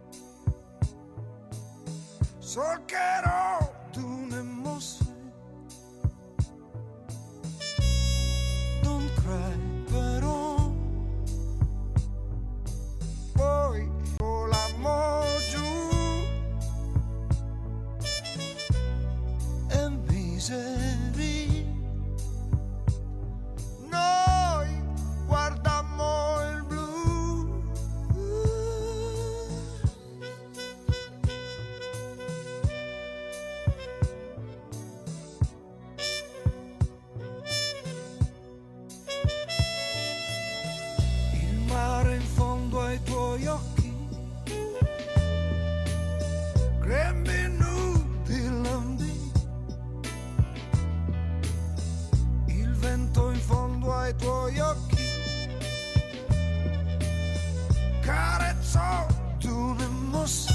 solcherò dune mosse. Don't cry però, poi con l'amore giù e miseria. Noi guardammo il blu, il mare in fondo ai tuoi occhi, grembi nudi lambi, il vento in fondo ai tuoi occhi, carezzò dune mosse.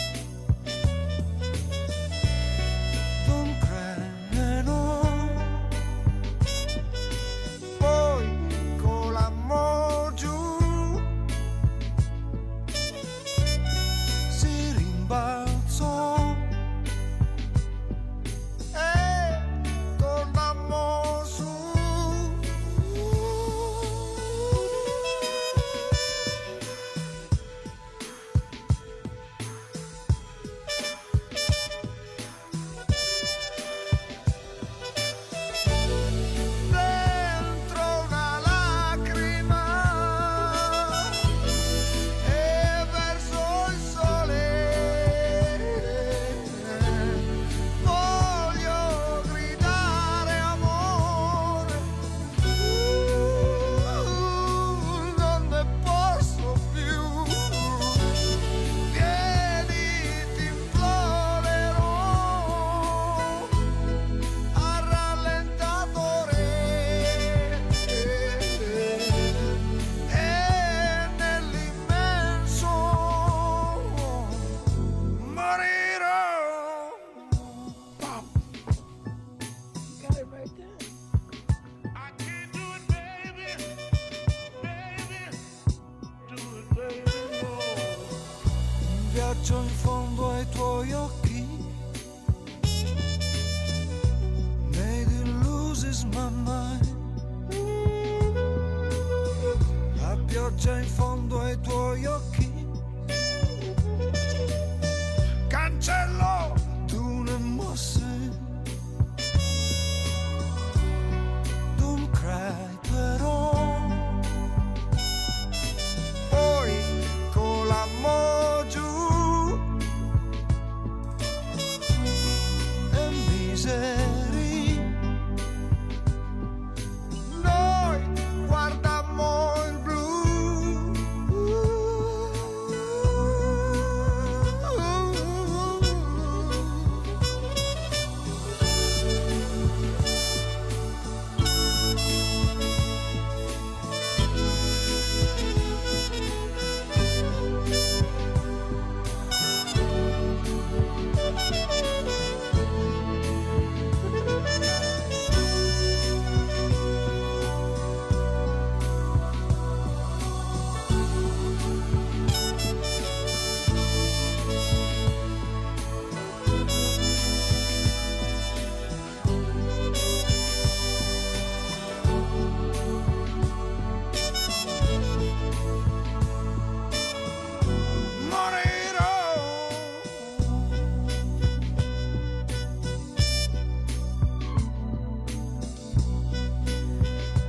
Don't cry no, poi con l'amore giù si rimbalzò e tornammo su. Dentro una lacrima e verso il sole voglio gridare amore, non ne posso più, vieni ti implorerò a rallentatore e nell'immenso morirò. Got it right there. I can't do it, baby. Baby, do it, baby. No. Un viaggio in fondo ai tuoi occhi, made it loses my mind. La pioggia in fondo ai tuoi occhi, cancello dune mosse. Don't cry però, poi con l'amore giù e miseria. Noi guardammo il blu,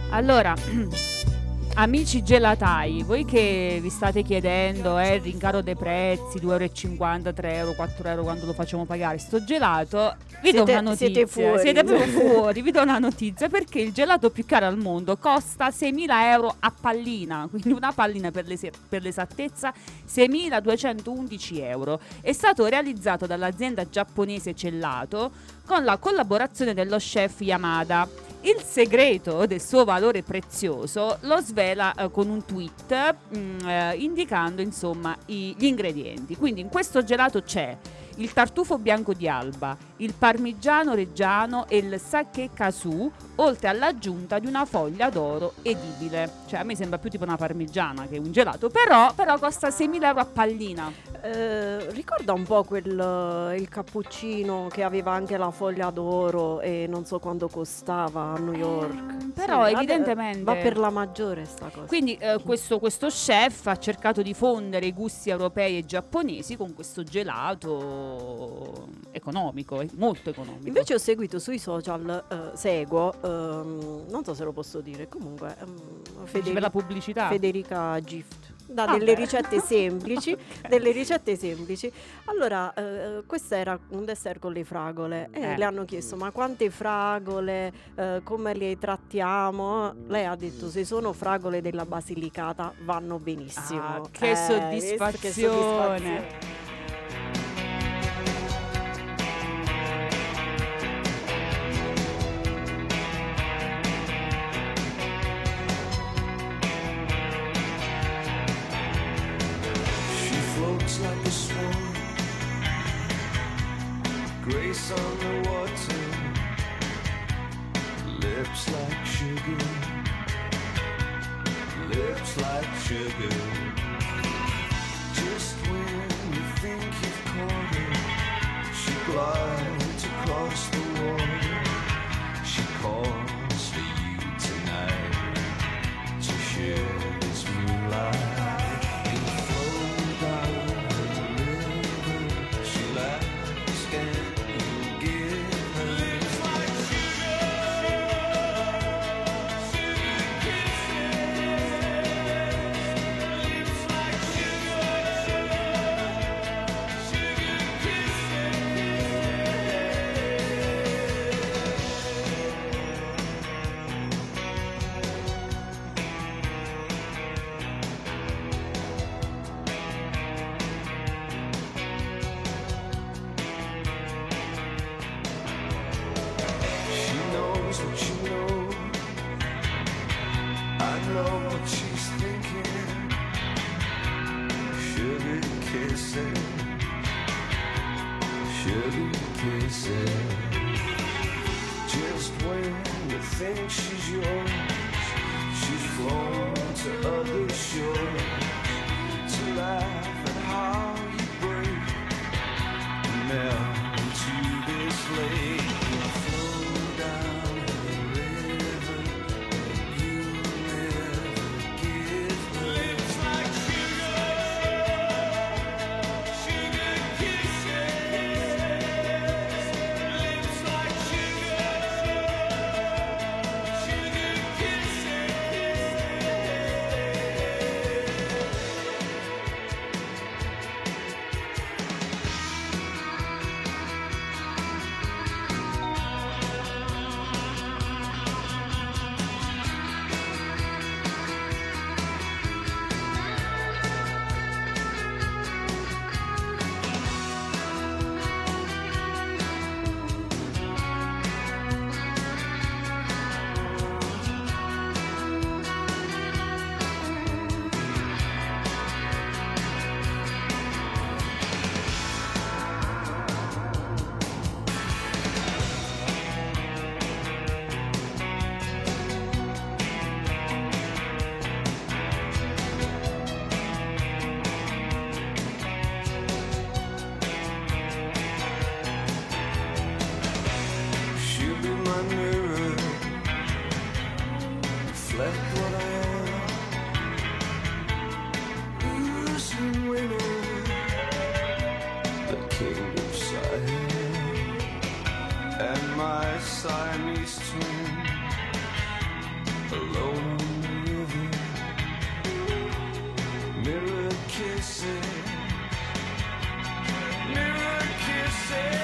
Allora, amici gelatai, voi che vi state chiedendo il rincaro dei prezzi, 2,50 euro, 3 euro, 4 euro quando lo facciamo pagare sto gelato, vi do una notizia. Siete fuori. Siete proprio fuori, vi do una notizia perché il gelato più caro al mondo costa 6.000 euro a pallina, quindi una pallina per l'esattezza 6.211 euro. È stato realizzato dall'azienda giapponese Cellato con la collaborazione dello chef Yamada. Il segreto del suo valore prezioso lo svela con un tweet indicando insomma gli ingredienti. Quindi in questo gelato c'è il tartufo bianco di Alba, il parmigiano reggiano e il sake kasu, oltre all'aggiunta di una foglia d'oro edibile. Cioè a me sembra più tipo una parmigiana che un gelato, però costa 6.000 euro a pallina. Ricorda un po' il cappuccino che aveva anche la foglia d'oro e non so quanto costava a New York. Però Sì, evidentemente va per la maggiore sta cosa. Quindi questo chef ha cercato di fondere i gusti europei e giapponesi con questo gelato economico, molto economico. Invece ho seguito sui social, seguo, non so se lo posso dire, comunque Per la pubblicità. Federica Gift. Da Ah, delle beh. ricette semplici, Ok. delle ricette semplici. Allora, questo era un dessert con le fragole e le hanno chiesto ma quante fragole, come le trattiamo? Lei ha detto se sono fragole della Basilicata vanno benissimo. Ah, che soddisfazione. She floats like a swan, grace on the water, lips like sugar, lips like sugar. Just when you think you've caught her, she glides across the water. She calls for you tonight to share this moonlight. Just when you think she's yours, she's flown to other shores to laugh at how you break and melt into this lake and flow down the river that you never give her. Lips like sugar kisses. Lips like sugar kisses. She'll be my mirror, reflect what I am, losing winner, the king of Siam, and my Siamese twin, alone on the river, mirror kissing, mirror kissing.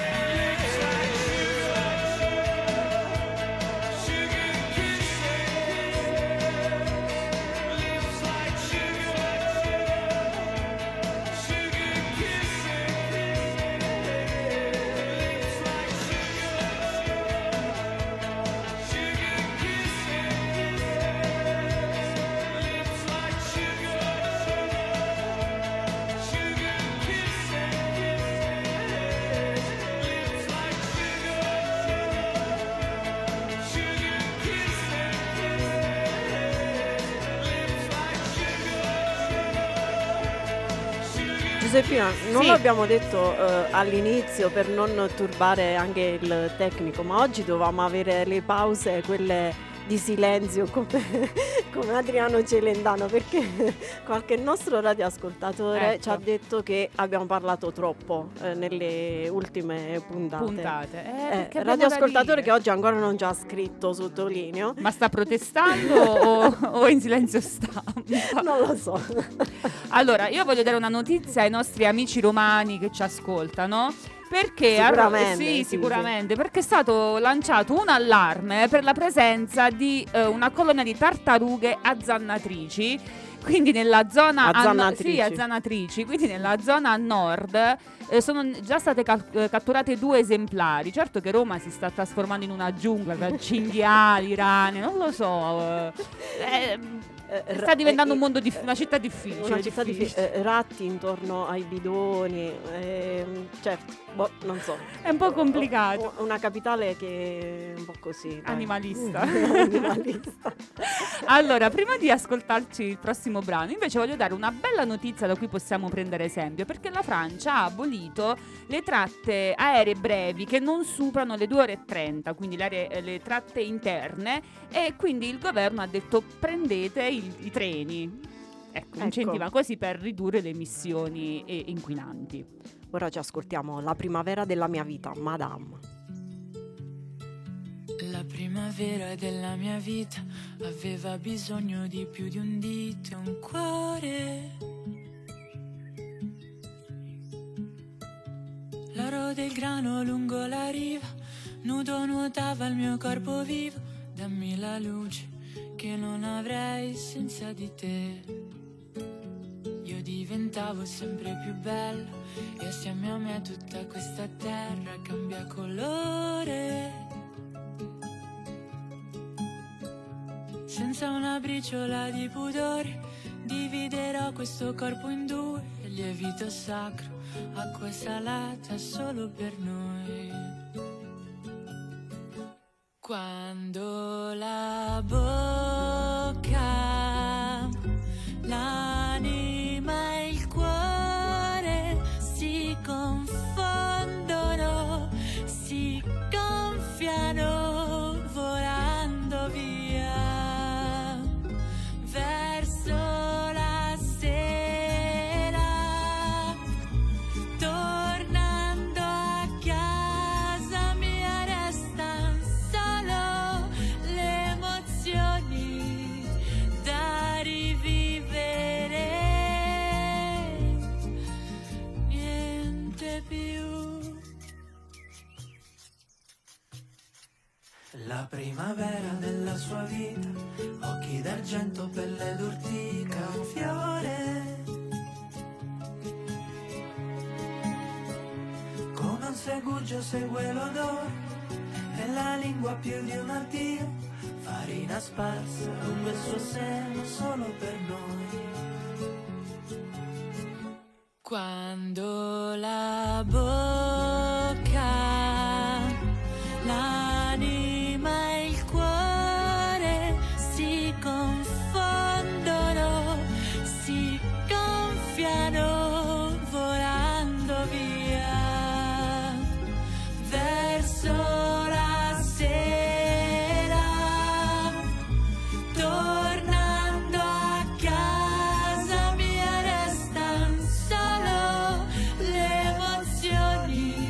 Giuseppina, non Sì. l'abbiamo detto all'inizio per non turbare anche il tecnico, ma oggi dovevamo avere le pause, quelle di silenzio come Adriano Celentano, perché qualche nostro radioascoltatore ci ha Ecco. detto che abbiamo parlato troppo nelle ultime puntate. Perché abbiamo Radioascoltatore da che dire. oggi ancora non ci ha scritto, sottolineo. Ma sta protestando o è in silenzio stampa? Non lo so. Allora, io voglio dare una notizia ai nostri amici romani che ci ascoltano. Perché Sicuramente, sì, sì, sicuramente, perché è stato lanciato un allarme per la presenza di una colonia di tartarughe azzannatrici. Quindi nella zona Azzannatrici. azzannatrici, quindi nella zona a nord sono già state catturate 2 esemplari. Certo che Roma si sta trasformando in una giungla tra cinghiali, rane, non lo so. Sta diventando un mondo una città difficile. Una città difficile. ratti intorno ai bidoni, certo, non so. È un po' complicato. Una capitale che è un po' così. dai. Animalista. Animalista. Allora, prima di ascoltarci il prossimo brano, invece voglio dare una bella notizia da cui possiamo prendere esempio, perché la Francia ha abolito le tratte aeree brevi che non superano le 2 ore e 30, quindi le tratte interne, e quindi il governo ha detto prendete i treni. Ecco, incentiva così per ridurre le emissioni inquinanti. Ora ci ascoltiamo La primavera della mia vita, Madame. La primavera della mia vita aveva bisogno di più di un dito e un cuore. L'oro del grano lungo la riva, nudo nuotava il mio corpo vivo. Dammi la luce che non avrei senza di te. Io diventavo sempre più bella e assieme a me tutta questa terra cambia colore. Senza una briciola di pudore dividerò questo corpo in 2, lievito sacro, acqua salata solo per noi. Quando la bocca, l'anima e il cuore si confondono, si gonfiano volando via verso la sera, tornando a casa mia restan solo le emozioni da rivivere, niente più. La primavera della sua vita, occhi d'argento, pelle d'urtica, un fiore. Come un segugio segue l'odore, e la lingua più di un addio, farina sparsa lungo il suo seno solo per noi. Quando la bocca, l'anima e il cuore si confondono, si gonfiano volando via verso la sera, tornando a casa mia restan solo le emozioni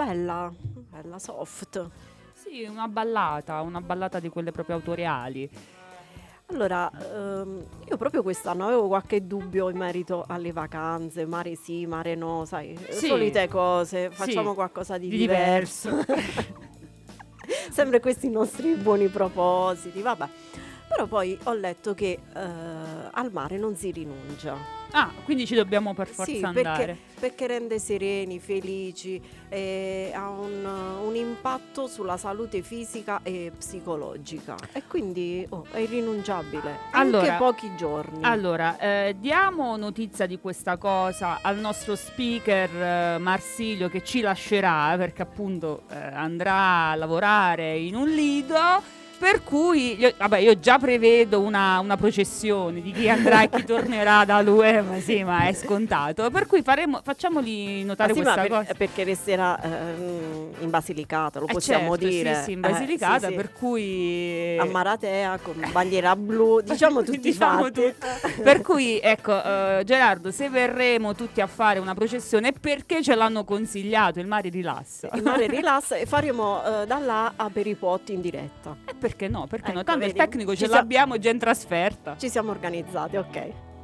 bella, soft. Sì, una ballata di quelle proprio autoriali. Allora, io proprio quest'anno avevo qualche dubbio in merito alle vacanze, mare sì, mare no, sai, Sì. solite cose, facciamo Sì. qualcosa di Di diverso. Sempre questi nostri buoni propositi, vabbè. Però poi ho letto che al mare non si rinuncia. Ah, quindi ci dobbiamo per forza Sì, andare. perché rende sereni, felici, ha un impatto sulla salute fisica e psicologica e quindi è irrinunciabile, Allora- anche pochi giorni. Allora, diamo notizia di questa cosa al nostro speaker Marsilio, che ci lascerà perché appunto andrà a lavorare in un lido. Per cui io già prevedo una processione di chi andrà e chi tornerà da lui, ma sì, ma è scontato. Per cui facciamoli notare Ah, sì, questa ma cosa. perché resterà in Basilicata, lo possiamo certo, dire. Sì, sì, in Basilicata, Sì, sì. per cui A Maratea con bandiera blu, diciamo tutti i Diciamo fatti. Per cui ecco, Gerardo, se verremo tutti a fare una processione è perché ce l'hanno consigliato, il mare rilassa. Il mare rilassa e faremo da là a Peripotti in diretta. E perché no? Perché no? Ecco, Tanto il vedi, tecnico ci ce sia- l'abbiamo già in trasferta. Ci siamo organizzati, ok.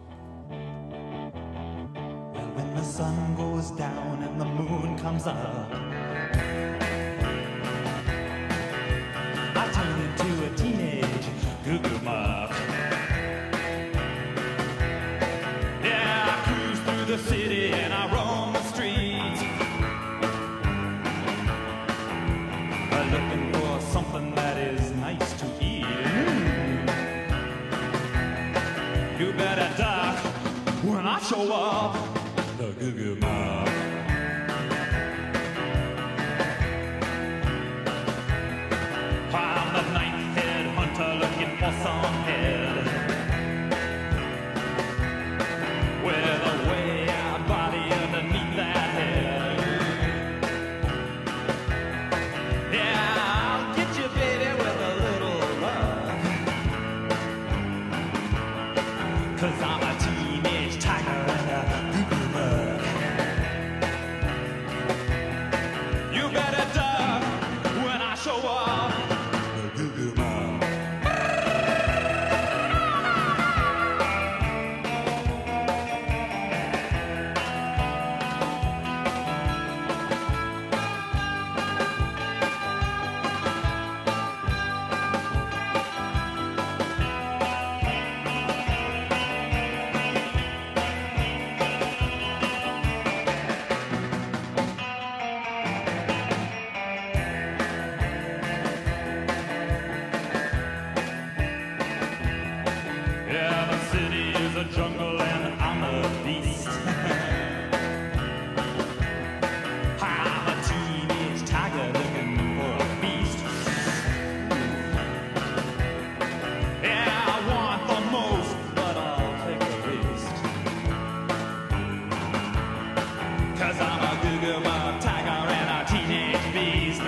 When the sun goes down and the moon comes up, I turn into a teenage goo-goo muck. Yeah, I cruise through the city and I roam the streets, looking for something that is nice to eat. You better duck when I show up, the goo-goo muck. I'm the ninth-head hunter looking for some head with a way-out body underneath that head. Yeah, I'll get you, baby, with a little love, 'cause I'm a teenage tiger and a goo-goo muck. You better duck when I show up, the goo-goo muck. Yeah, the city is a jungle and I'm a beast. I'm a teenage tiger looking for a feast. Yeah, I want the most, but I'll take the least. 'Cause I'm a goo-goo muck tiger and a teenage beast.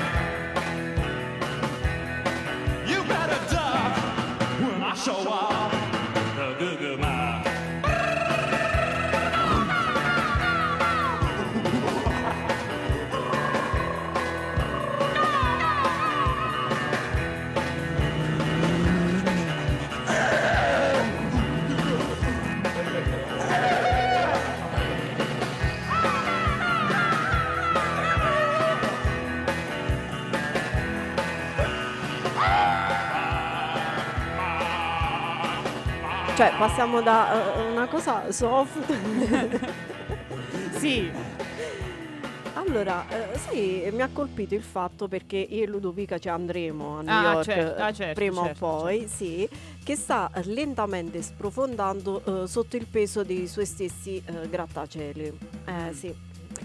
You better duck when I show up, the goo-goo muck. Cioè, passiamo da una cosa soft. Sì. Allora, sai, mi ha colpito il fatto, perché io e Ludovica ci andremo a New Ah, York certo, prima certo, o poi, sì, che sta lentamente sprofondando sotto il peso dei suoi stessi grattacieli. Sì.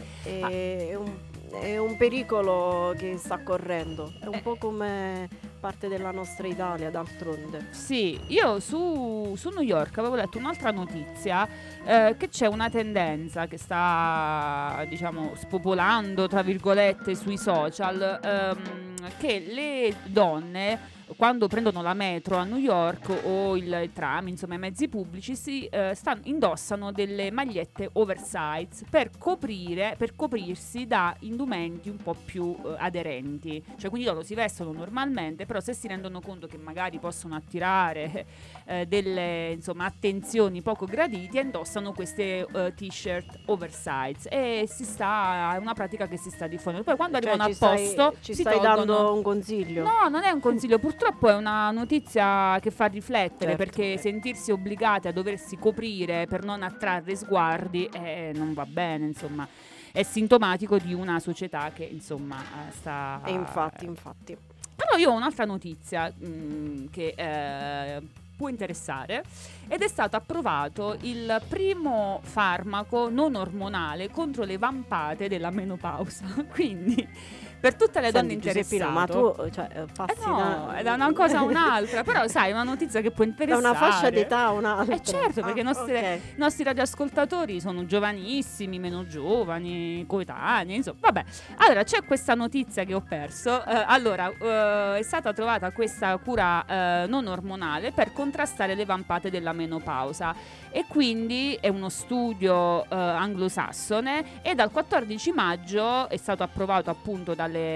È un pericolo che sta correndo, è un po' come parte della nostra Italia, d'altronde. Sì, io su New York avevo letto un'altra notizia, che c'è una tendenza che sta, diciamo, spopolando, tra virgolette, sui social, che le donne quando prendono la metro a New York o il tram, insomma i mezzi pubblici, indossano delle magliette oversize per coprirsi da indumenti un po' più aderenti. Cioè, quindi loro si vestono normalmente, però se si rendono conto che magari possono attirare delle, insomma, attenzioni poco gradite, indossano queste t-shirt oversize, e è una pratica che si sta diffondendo. Poi quando arrivano a posto ci si stai tolgono. dando un consiglio? No, non è un consiglio, purtroppo è una notizia che fa riflettere, Certo. perché sentirsi obbligati a doversi coprire per non attrarre sguardi non va bene, insomma. È sintomatico di una società che, insomma, sta... E infatti. Però io ho un'altra notizia che può interessare, ed è stato approvato il primo farmaco non ormonale contro le vampate della menopausa. Quindi per tutte le donne interessate. Ma tu passi da una cosa a un'altra, però sai, è una notizia che può da interessare. una fascia d'età a un'altra. Certo, perché i ok. nostri radioascoltatori sono giovanissimi, meno giovani, coetanei, insomma. Vabbè, allora c'è questa notizia che ho perso. È stata trovata questa cura non ormonale per contrastare le vampate della menopausa, e quindi è uno studio anglosassone, e dal 14 maggio è stato approvato appunto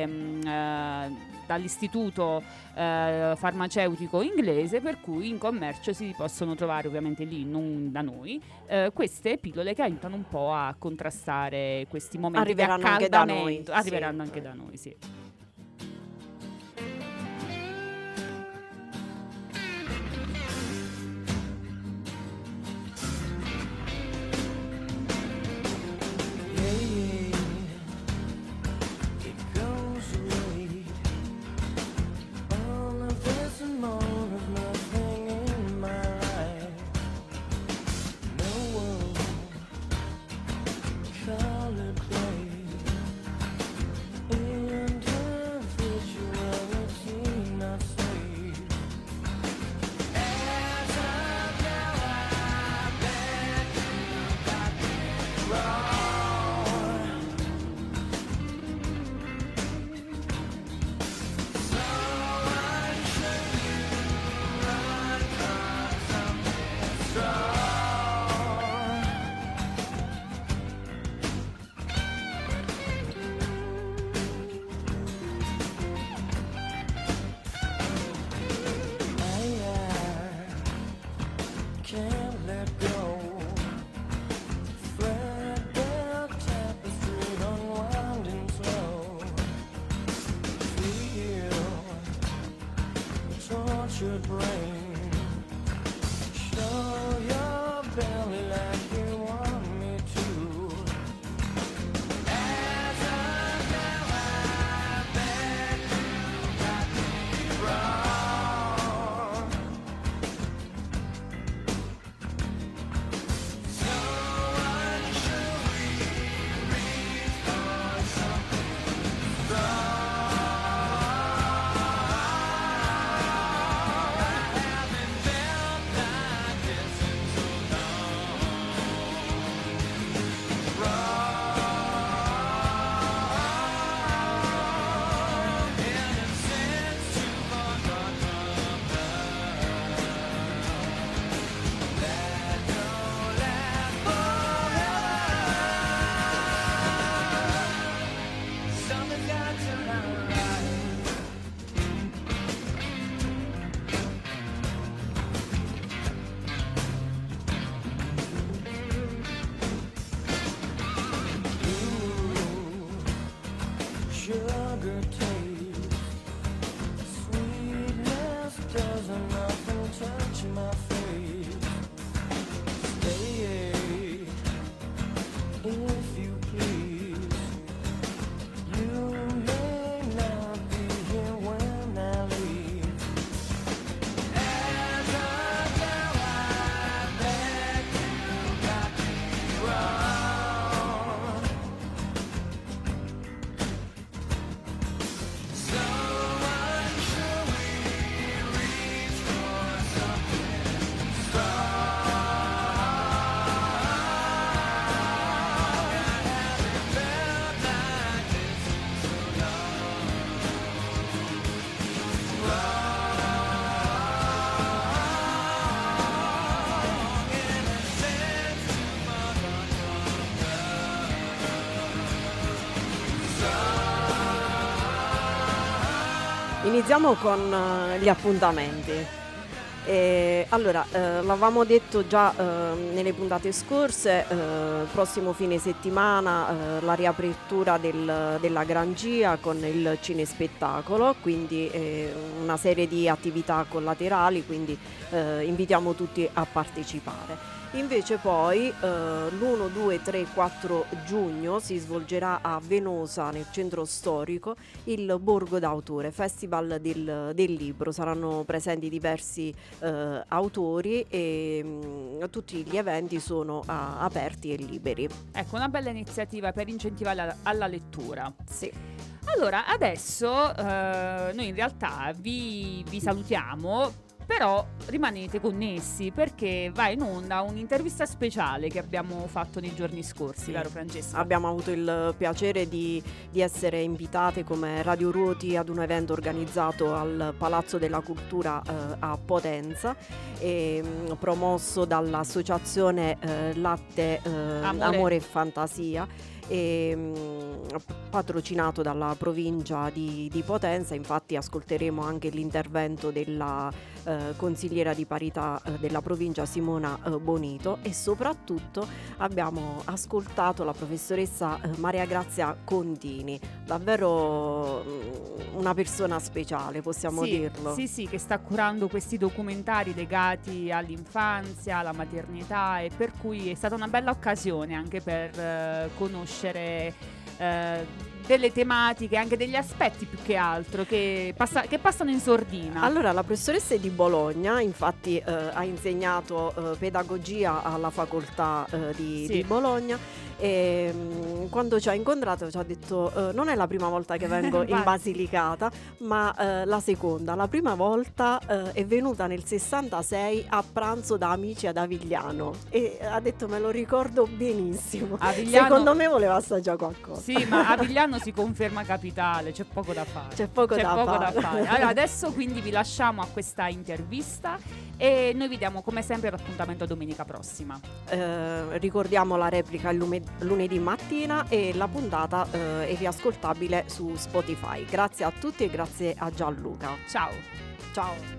dall'istituto farmaceutico inglese, per cui in commercio si possono trovare, ovviamente lì, non da noi, queste pillole che aiutano un po' a contrastare questi momenti Arriveranno di anche da accaldamento. noi, Arriveranno anche da noi, sì. iniziamo con gli appuntamenti. Allora, l'avevamo detto già nelle puntate scorse, prossimo fine settimana la riapertura della Grangia con il cinespettacolo, quindi una serie di attività collaterali, quindi invitiamo tutti a partecipare. Invece poi l'1, 2, 3, 4 giugno si svolgerà a Venosa, nel centro storico, il Borgo d'autore, Festival del libro. Saranno presenti diversi autori e tutti gli eventi sono aperti e liberi. Ecco, una bella iniziativa per incentivare alla lettura. Sì. Allora, adesso noi in realtà vi salutiamo, però rimanete connessi perché va in onda un'intervista speciale che abbiamo fatto nei giorni scorsi, vero Francesca? Abbiamo avuto il piacere di essere invitate come Radio Ruoti ad un evento organizzato al Palazzo della Cultura a Potenza, promosso dall'associazione Latte Amore e Fantasia, patrocinato dalla provincia di Potenza. Infatti ascolteremo anche l'intervento della consigliera di parità della provincia Simona Bonito, e soprattutto abbiamo ascoltato la professoressa Maria Grazia Contini, davvero una persona speciale, possiamo dirlo. Sì, che sta curando questi documentari legati all'infanzia, alla maternità, e per cui è stata una bella occasione anche per conoscere delle tematiche, anche degli aspetti più che altro che passano in sordina. Allora, la professoressa è di Bologna, infatti ha insegnato pedagogia alla facoltà di Bologna, e quando ci ha incontrato ci ha detto non è la prima volta che vengo in Basilicata, ma la seconda. La prima volta è venuta nel 66 a pranzo da amici ad Avigliano, e ha detto me lo ricordo benissimo. Secondo me voleva assaggiare qualcosa. Sì, ma Avigliano si conferma capitale, c'è poco da fare. C'è poco da fare. Allora, adesso quindi vi lasciamo a questa intervista e noi vi diamo come sempre l'appuntamento domenica prossima. Ricordiamo la replica il lunedì mattina, e la puntata è riascoltabile su Spotify. Grazie a tutti e grazie a Gianluca. Ciao.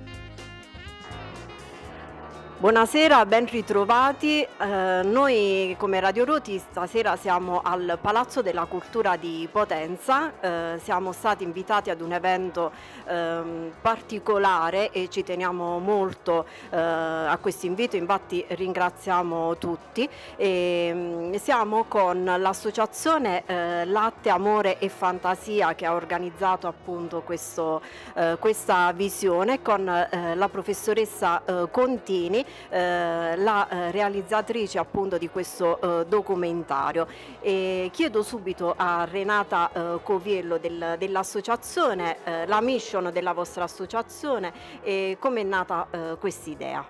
Buonasera, ben ritrovati. Noi come Radio Ruoti stasera siamo al Palazzo della Cultura di Potenza. Siamo stati invitati ad un evento particolare e ci teniamo molto a questo invito, infatti ringraziamo tutti. Siamo con l'associazione Latte Amore e Fantasia, che ha organizzato appunto questa visione, con la professoressa Contini, la realizzatrice appunto di questo documentario. E chiedo subito a Renata Coviello dell'associazione, la mission della vostra associazione, e come è nata quest'idea.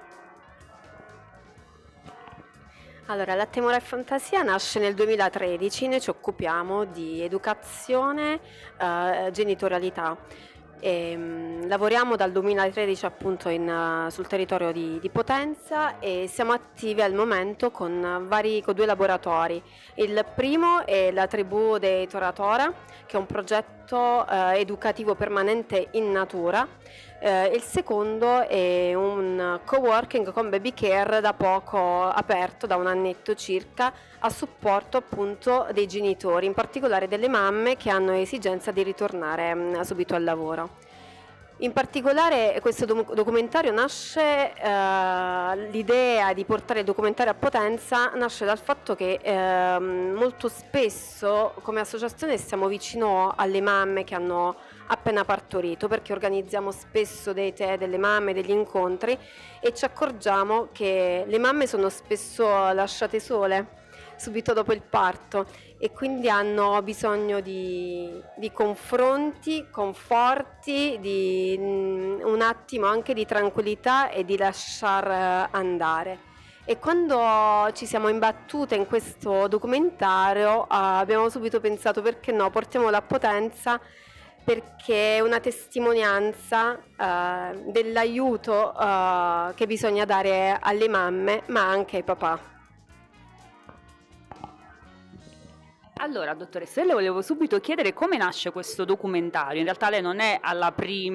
Allora, Latte Amore e Fantasia nasce nel 2013, noi ci occupiamo di educazione, genitorialità. Lavoriamo dal 2013 appunto sul territorio di Potenza, e siamo attivi al momento con 2 laboratori. Il primo è la Tribù dei Toratora, che è un progetto educativo permanente in natura. Il secondo è un coworking con baby care da poco aperto, da un annetto circa, a supporto appunto dei genitori, in particolare delle mamme che hanno esigenza di ritornare subito al lavoro. In particolare questo documentario nasce, l'idea di portare il documentario a Potenza nasce dal fatto che molto spesso come associazione stiamo vicino alle mamme che hanno appena partorito, perché organizziamo spesso dei tè delle mamme, degli incontri, e ci accorgiamo che le mamme sono spesso lasciate sole subito dopo il parto, e quindi hanno bisogno di confronti, conforti, di un attimo anche di tranquillità e di lasciar andare. E quando ci siamo imbattute in questo documentario abbiamo subito pensato, perché no, portiamolo a Potenza, perché è una testimonianza dell'aiuto che bisogna dare alle mamme, ma anche ai papà. Allora, dottoressa, io le volevo subito chiedere come nasce questo documentario. In realtà lei non è alla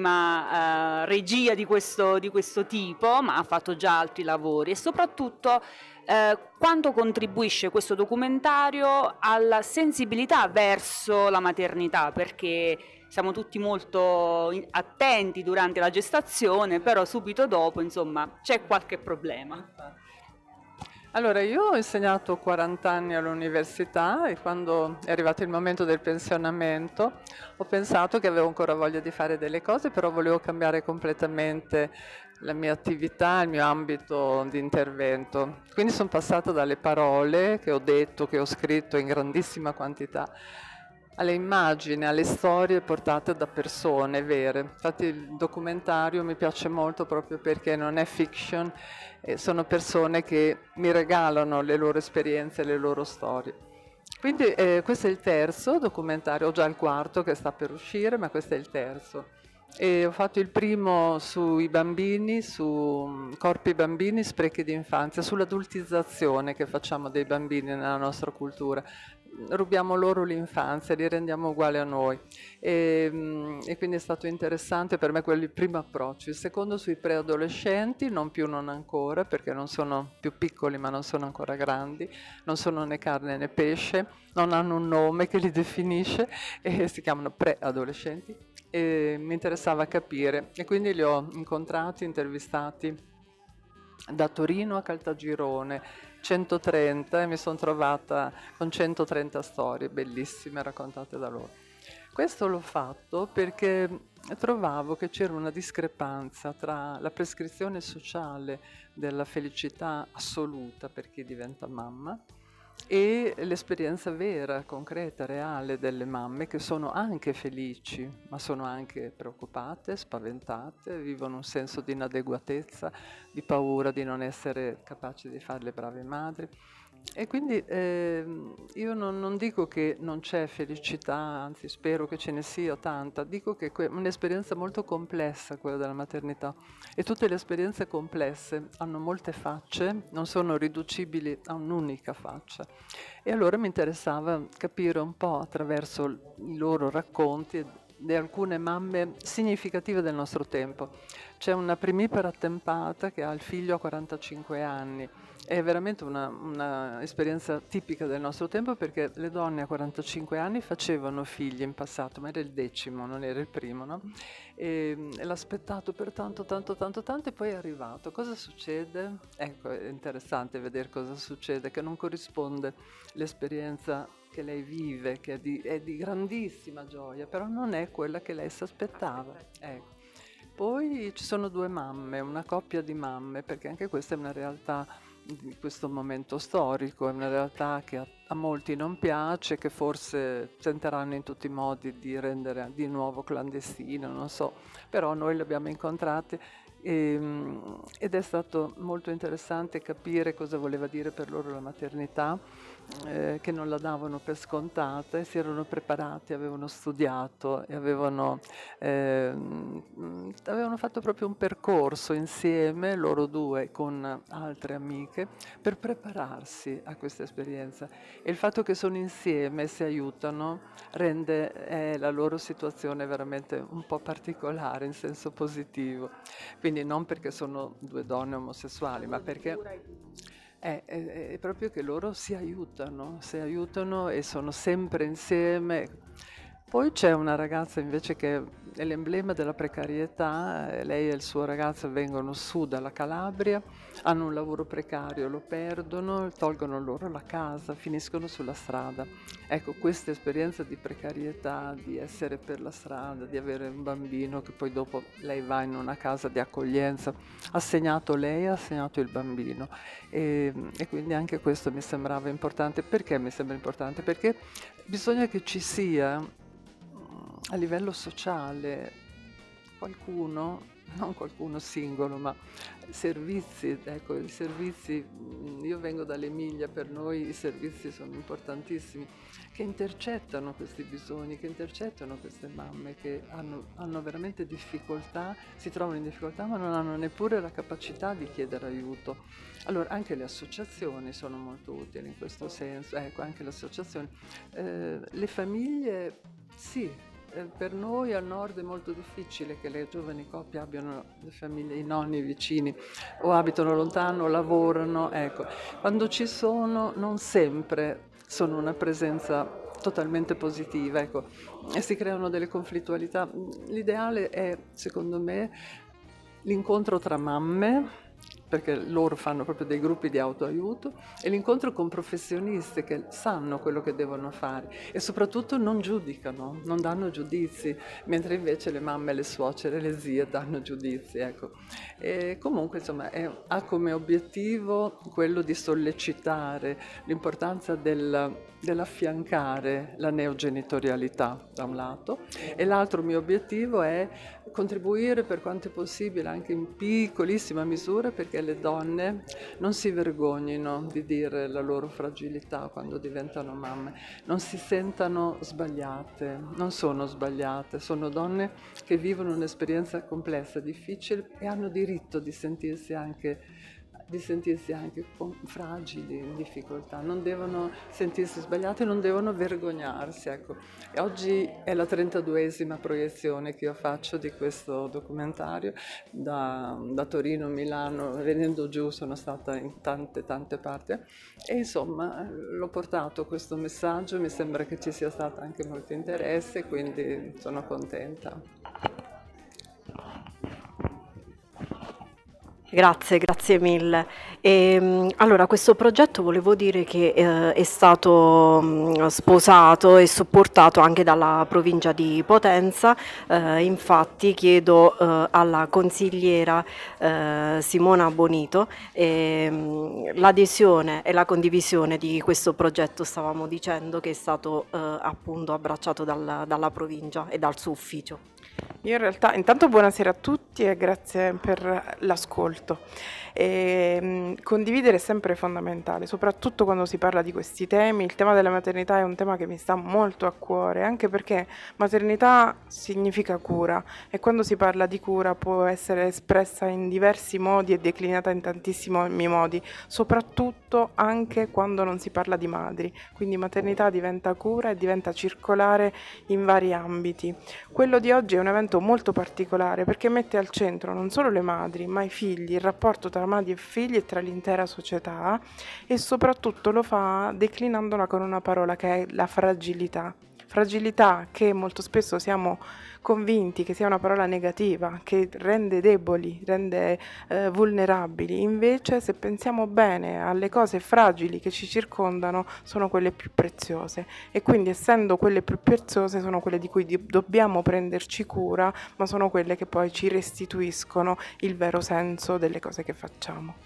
prima regia di questo tipo, ma ha fatto già altri lavori, e soprattutto quanto contribuisce questo documentario alla sensibilità verso la maternità, perché siamo tutti molto attenti durante la gestazione, però subito dopo, insomma, c'è qualche problema. Allora, io ho insegnato 40 anni all'università e quando è arrivato il momento del pensionamento ho pensato che avevo ancora voglia di fare delle cose, però volevo cambiare completamente la mia attività, il mio ambito di intervento. Quindi sono passata dalle parole che ho detto, che ho scritto in grandissima quantità, alle immagini, alle storie portate da persone vere. Infatti il documentario mi piace molto proprio perché non è fiction, sono persone che mi regalano le loro esperienze, le loro storie. Quindi questo è il terzo documentario, ho già il quarto che sta per uscire, ma questo è il terzo. E ho fatto il primo sui bambini, su corpi bambini, sprechi di infanzia, sull'adultizzazione che facciamo dei bambini nella nostra cultura. Rubiamo loro l'infanzia, li rendiamo uguali a noi e quindi è stato interessante per me quello il primo approccio. Il secondo sui preadolescenti, non più non ancora, perché non sono più piccoli ma non sono ancora grandi, non sono né carne né pesce, non hanno un nome che li definisce e si chiamano preadolescenti, e mi interessava capire e quindi li ho incontrati, intervistati da Torino a Caltagirone, 130, e mi sono trovata con 130 storie bellissime raccontate da loro. Questo l'ho fatto perché trovavo che c'era una discrepanza tra la prescrizione sociale della felicità assoluta per chi diventa mamma e l'esperienza vera, concreta, reale delle mamme che sono anche felici, ma sono anche preoccupate, spaventate, vivono un senso di inadeguatezza, di paura di non essere capaci di fare le brave madri. E quindi io non dico che non c'è felicità, anzi spero che ce ne sia tanta, dico che è un'esperienza molto complessa quella della maternità e tutte le esperienze complesse hanno molte facce, non sono riducibili a un'unica faccia. E allora mi interessava capire un po' attraverso i loro racconti di alcune mamme significative del nostro tempo. C'è una primipara attempata che ha il figlio a 45 anni. È veramente una esperienza tipica del nostro tempo perché le donne a 45 anni facevano figli in passato, ma era il 10°, non era il primo, no? E l'ha aspettato per tanto e poi è arrivato. Cosa succede? Ecco, è interessante vedere cosa succede, che non corrisponde l'esperienza che lei vive, che è di grandissima gioia, però non è quella che lei si aspettava. Ecco. Poi ci sono due mamme, una coppia di mamme, perché anche questa è una realtà di questo momento storico, è una realtà che a molti non piace, che forse tenteranno in tutti i modi di rendere di nuovo clandestino, non so, però noi le abbiamo incontrate ed è stato molto interessante capire cosa voleva dire per loro la maternità, che non la davano per scontata e si erano preparati, avevano studiato e avevano fatto proprio un percorso insieme, loro due con altre amiche, per prepararsi a questa esperienza. E il fatto che sono insieme e si aiutano rende la loro situazione veramente un po' particolare in senso positivo. Quindi non perché sono due donne omosessuali, ma perché è proprio che loro si aiutano e sono sempre insieme. Poi c'è una ragazza invece che è l'emblema della precarietà, lei e il suo ragazzo vengono su dalla Calabria, hanno un lavoro precario, lo perdono, tolgono loro la casa, finiscono sulla strada. Ecco, questa esperienza di precarietà, di essere per la strada, di avere un bambino che poi dopo lei va in una casa di accoglienza, ha segnato lei, ha segnato il bambino e quindi anche questo mi sembrava importante. Perché mi sembra importante? Perché bisogna che ci sia a livello sociale qualcuno non qualcuno singolo, ma servizi, ecco, i servizi, io vengo dall'Emilia, per noi i servizi sono importantissimi, che intercettano questi bisogni, che intercettano queste mamme che hanno veramente difficoltà, si trovano in difficoltà ma non hanno neppure la capacità di chiedere aiuto. Allora anche le associazioni sono molto utili in questo senso, ecco, anche le associazioni. Le famiglie, sì. Per noi al nord è molto difficile che le giovani coppie abbiano le famiglie, i nonni vicini, o abitano lontano, o lavorano, ecco. Quando ci sono, non sempre sono una presenza totalmente positiva, ecco, e si creano delle conflittualità. L'ideale è, secondo me, l'incontro tra mamme, perché loro fanno proprio dei gruppi di autoaiuto, e l'incontro con professionisti che sanno quello che devono fare e soprattutto non giudicano, non danno giudizi, mentre invece le mamme, le suocere, le zie danno giudizi, ecco. E comunque insomma ha come obiettivo quello di sollecitare l'importanza dell'affiancare la neogenitorialità da un lato, e l'altro mio obiettivo è contribuire per quanto è possibile, anche in piccolissima misura, perché le donne non si vergognino di dire la loro fragilità quando diventano mamme, non si sentano sbagliate, non sono sbagliate, sono donne che vivono un'esperienza complessa, difficile, e hanno diritto di sentirsi anche fragili, in difficoltà, non devono sentirsi sbagliate, non devono vergognarsi, ecco. E oggi è la 32esima proiezione che io faccio di questo documentario, da Torino, Milano, venendo giù sono stata in tante parti, e insomma l'ho portato questo messaggio, mi sembra che ci sia stato anche molto interesse, quindi sono contenta. Grazie mille. Allora, questo progetto volevo dire che è stato sposato e supportato anche dalla provincia di Potenza. Infatti chiedo alla consigliera Simona Bonito l'adesione e la condivisione di questo progetto. Stavamo dicendo che è stato appunto abbracciato dalla provincia e dal suo ufficio. Io in realtà, intanto buonasera a tutti e grazie per l'ascolto. Condividere è sempre fondamentale, soprattutto quando si parla di questi temi. Il tema della maternità è un tema che mi sta molto a cuore, anche perché maternità significa cura, e quando si parla di cura può essere espressa in diversi modi e declinata in tantissimi modi, soprattutto anche quando non si parla di madri. Quindi maternità diventa cura e diventa circolare in vari ambiti. Quello di oggi è un evento molto particolare perché mette al centro non solo le madri, ma i figli, il rapporto tra madri e figli e tra l'intera società, e soprattutto lo fa declinandola con una parola che è la fragilità. Fragilità che molto spesso siamo convinti che sia una parola negativa, che rende deboli, rende vulnerabili. Invece, se pensiamo bene alle cose fragili che ci circondano, sono quelle più preziose, e quindi, essendo quelle più preziose, sono quelle di cui dobbiamo prenderci cura, ma sono quelle che poi ci restituiscono il vero senso delle cose che facciamo.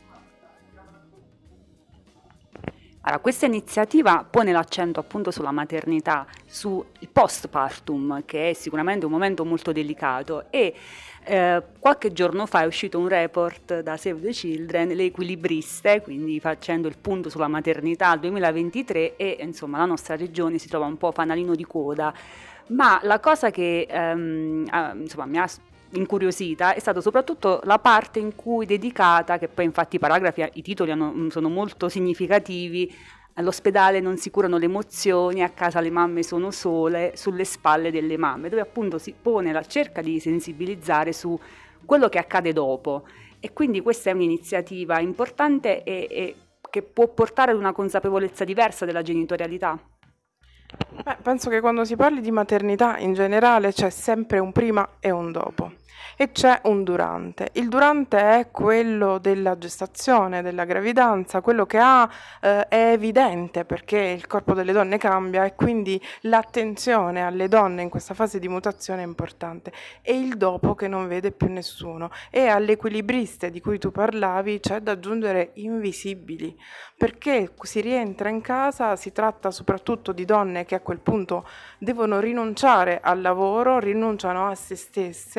Allora, questa iniziativa pone l'accento appunto sulla maternità, sul postpartum, che è sicuramente un momento molto delicato, e qualche giorno fa è uscito un report da Save the Children, le equilibriste, quindi facendo il punto sulla maternità 2023, e insomma la nostra regione si trova un po' fanalino di coda. Ma la cosa che insomma mi ha incuriosita è stata soprattutto la parte in cui dedicata, che poi infatti i paragrafi, i titoli sono molto significativi: all'ospedale non si curano le emozioni, a casa le mamme sono sole, sulle spalle delle mamme, dove appunto si pone, cerca di sensibilizzare su quello che accade dopo. E quindi questa è un'iniziativa importante e che può portare ad una consapevolezza diversa della genitorialità. Penso che quando si parli di maternità in generale c'è sempre un prima e un dopo, e c'è un durante. Il durante è quello della gestazione, della gravidanza, quello che è evidente perché il corpo delle donne cambia, e quindi l'attenzione alle donne in questa fase di mutazione è importante. E il dopo, che non vede più nessuno. E alle equilibriste di cui tu parlavi c'è da aggiungere invisibili, perché si rientra in casa, si tratta soprattutto di donne che a quel punto devono rinunciare al lavoro, rinunciano a se stesse,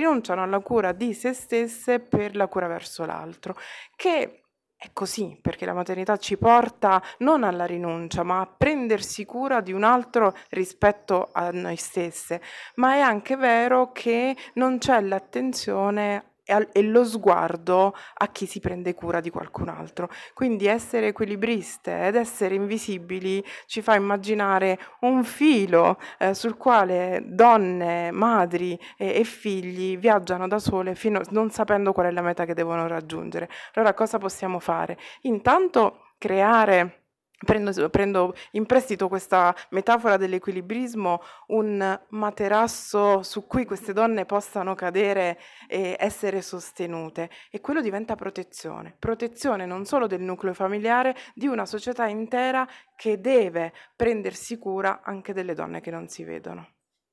rinunciano alla cura di se stesse per la cura verso l'altro, che è così, perché la maternità ci porta non alla rinuncia, ma a prendersi cura di un altro rispetto a noi stesse. Ma è anche vero che non c'è l'attenzione e lo sguardo a chi si prende cura di qualcun altro. Quindi essere equilibriste ed essere invisibili ci fa immaginare un filo sul quale donne, madri e figli viaggiano da sole non sapendo qual è la meta che devono raggiungere. Allora cosa possiamo fare? Intanto creare. Prendo in prestito questa metafora dell'equilibrismo, un materasso su cui queste donne possano cadere e essere sostenute, e quello diventa protezione non solo del nucleo familiare, di una società intera che deve prendersi cura anche delle donne che non si vedono.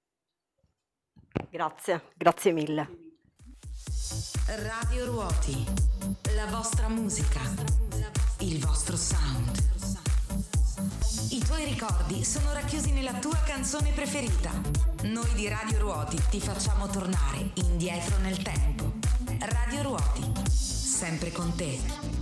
Grazie mille. Radio Ruoti, la vostra musica, il vostro sound. I tuoi ricordi sono racchiusi nella tua canzone preferita. Noi di Radio Ruoti ti facciamo tornare indietro nel tempo. Radio Ruoti, sempre con te.